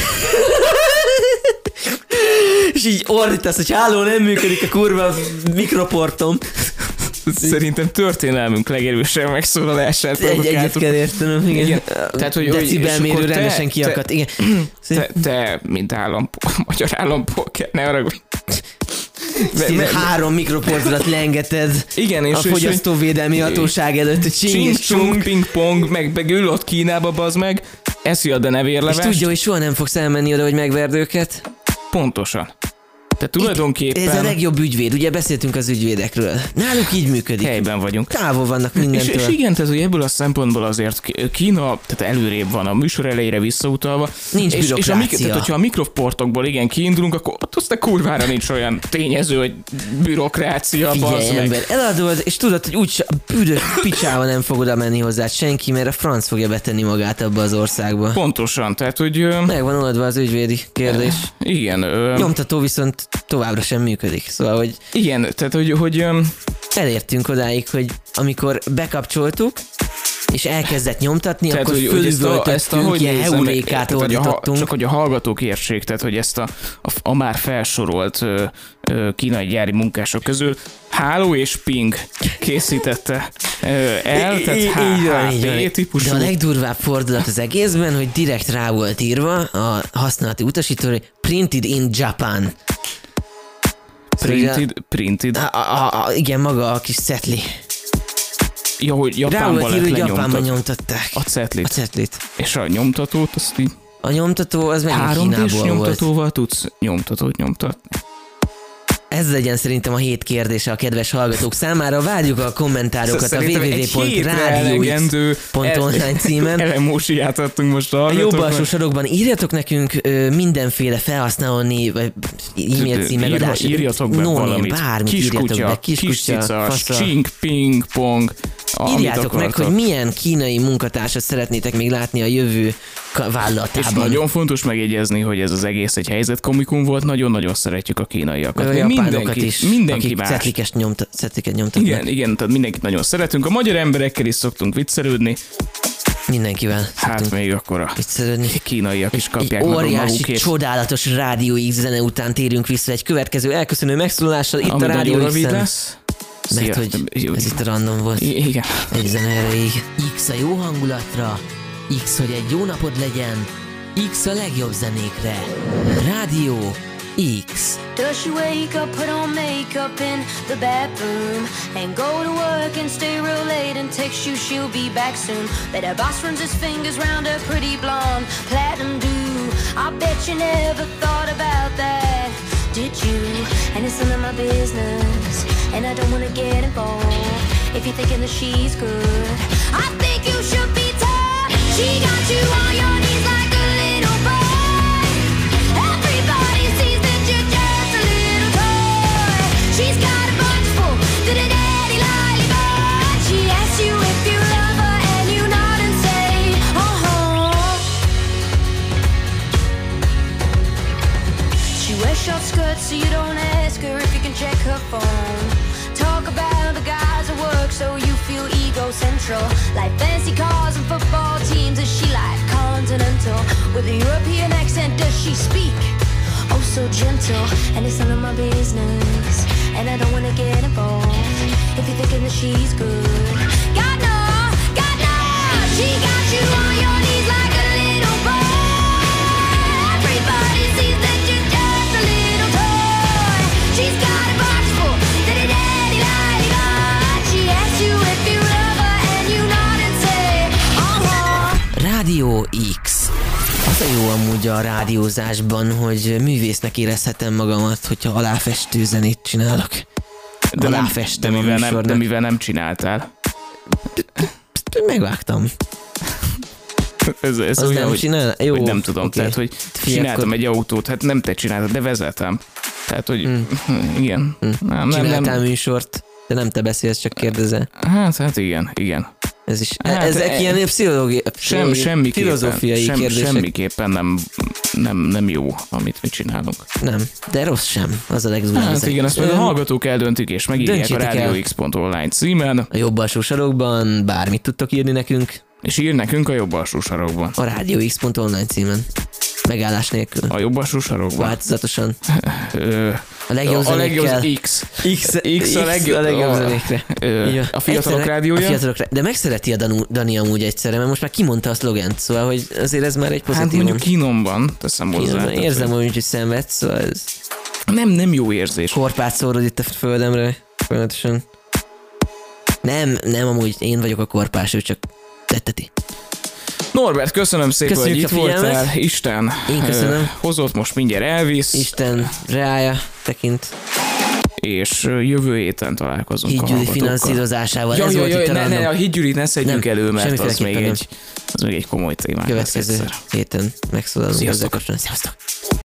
És így ordítasz, hogy háló nem működik a kurva mikroportom. Szerintem történelmünk legerősebb megszólalását. Egyet kell értenem, igen. Tehát, hogy decibelmérő rendesen kiakadt, igen. Te, mint magyar állampolgár, ne haragudj. 3 mikroportodat lengeted igen, a fogyasztóvédelmi hatóság előtt, hogy csing, ping-pong, meg ül ott Kínába, bazd meg, eszi a denevérlevest. És tudja, hogy soha nem fogsz elmenni oda, hogy megverd őket. Pontosan. Tehát tulajdonképpen... Ez a legjobb ügyvéd, ugye beszéltünk az ügyvédekről. Náluk így működik. Helyben vagyunk. Távol vannak mindentől. És igen, tehát hogy ebből a szempontból azért Kína, tehát előrébb van a műsor elejére visszautalva. Nincs bürokrácia. Tehát, hogyha a mikroportokból igen kiindulunk, akkor ott aztán kurvára nincs olyan tényező, hogy bürokrácia, figyelj, ember, eladod, és tudod, hogy úgy büdös picsával nem fog oda menni hozzá senki, mert a franc fogja betenni magát abba az országba. Pontosan, tehát hogy... Meg van oldva az ügyvédi kérdés. Igen. Nyomtató viszont továbbra sem működik, szóval, hogy... Igen, tehát hogy elértünk odáig, hogy amikor bekapcsoltuk, és elkezdett nyomtatni, tehát, akkor fölüvöltöttünk, ilyen heurékát ordítottunk. Csak hogy a hallgatók értsék, tehát hogy ezt a már felsorolt kínai gyári munkások közül Háló és Ping készítette el, tehát HP típusú. De a legdurvább fordulat az egészben, hogy direkt rá volt írva a használati utasítóra, hogy printed in Japan. Printed. Igen, maga a kis cetli. Ja, hogy Japánban lett Japánban nyomtatták. A cetlit. És a nyomtatót azt így... A nyomtató az meg Kínából volt. 3D-s nyomtatóval tudsz nyomtatót nyomtatni? Ez legyen szerintem a hét kérdése a kedves hallgatók számára. Várjuk a kommentárokat a www.radiox.online címen. Elemósiát adtunk most a A hallgatóknak. jobb alsó sarokban írjatok nekünk mindenféle felhasználó név, vagy e-mail cím megadás. Írjatok be valamit. Bármit írjatok be. Kiscica, fasza. csink, ping, pong. Írjátok meg, hogy milyen kínai munkatársat szeretnétek még látni a jövő És vállalatában. nagyon fontos megjegyezni, hogy ez az egész egy helyzetkomikum volt, nagyon-nagyon szeretjük a kínaiakat. A japánokat is, mindenki akik más. cetliket nyomtatnak. Igen, tehát mindenkit nagyon szeretünk. A magyar emberekkel is szoktunk viccelődni. Mindenkivel. Hát még akkor a viccelődni. kínaiak is kapják Egy meg a óriási, magukét. csodálatos Rádió X zene után térünk vissza egy következő elköszönő megszólalással itt Ami a Rádió nagyon rövid X-en. lesz. Mert hogy ez itt a random volt. Igen. Egy zene erejéig. X a jó hangulatra, X, hogy egy jó napod legyen, X a legjobb zenékre. Rádió X. Does she wake up, put on makeup in the bathroom, and go to work and stay real late and text you she'll be back soon? But her boss runs his fingers round her pretty blonde platinum do. I bet you never thought about that, did you? And it's none of my business, and I don't wanna get involved. If you're thinking that she's good, I think you should be tough. She got you on your knees like a little boy. Everybody sees that you're just a little toy. She's got a bunch full to the daddy lollipop. She asks you if you love her and you nod and say, She wears short skirts so you don't ask her if you can check her phone. Talk about the guys at work so you feel ego-central. Like fancy cars and football teams, is she like continental? With a European accent, does she speak? Oh, so gentle, and it's none of my business, and I don't wanna get involved. If you're thinking that she's good, God no, she got you on your knees like a little boy. Everybody sees that you're just a little toy. She's got a box full, daddy lollipop. She asks you if you love her and you nod and say, Rádió X. Az a jó amúgy a rádiózásban, hogy művésznek érezhetem magamat, hogyha aláfestő zenét csinálok. Aláfestem a műsornak. De mivel nem csináltál? Megvágtam. Ez Az olyan, nem hogy, csinál? Jó, hogy nem tudom, oké. tehát, hogy csináltam egy autót, hát nem te csináltad, de vezetem. Tehát, hogy igen. Csináltál műsort, de nem te beszélsz, csak kérdezel. Hát igen. Ez is, Hát, ezek ilyen filozófiai kérdések. Semmiképpen nem jó, amit mi csinálunk. Nem, de rossz sem, az a legzúzabb. Hát igen, azt meg a hallgatók eldöntik, és megírják a Döntsétek el. radiox.online címen, A jobb alsó sarokban bármit tudtok írni nekünk, és ír nekünk a jobb alsó sarokban. a radiox.online címen. Megállás nélkül. A jobb alsó sarokban. Változatosan. A legjobb zenékkel. X A legjobb zenékre. A fiatalok rádiója. A fiatalok de megszereti a Dani amúgy egyszerre, mert most már kimondta a szlogent, szóval, hogy azért ez már egy Hát pozitívum. mondjuk kínomban teszem hozzá. Érzem úgy, hogy szenvedsz, szóval ez Nem jó érzés. korpát szórod itt a földemre, folyamatosan. Nem, amúgy én vagyok a korpás, ő csak tetteti. Norbert, köszönöm szépen, Köszönjük hogy itt a figyelmet. voltál. Isten Én köszönöm. hozott, most mindjárt elvisz, Isten reája tekint. és jövő héten találkozunk a Hídgyűli hallgatókkal. finanszírozásával. Ez volt itt a random. a hídgyűlit ne szedjük Nem, elő, mert az még, semmiféleképpen egy komoly témánk. lesz Következő egyszer. héten megszólalunk Sziasztok. ezzel kapcsolatban. Sziasztok!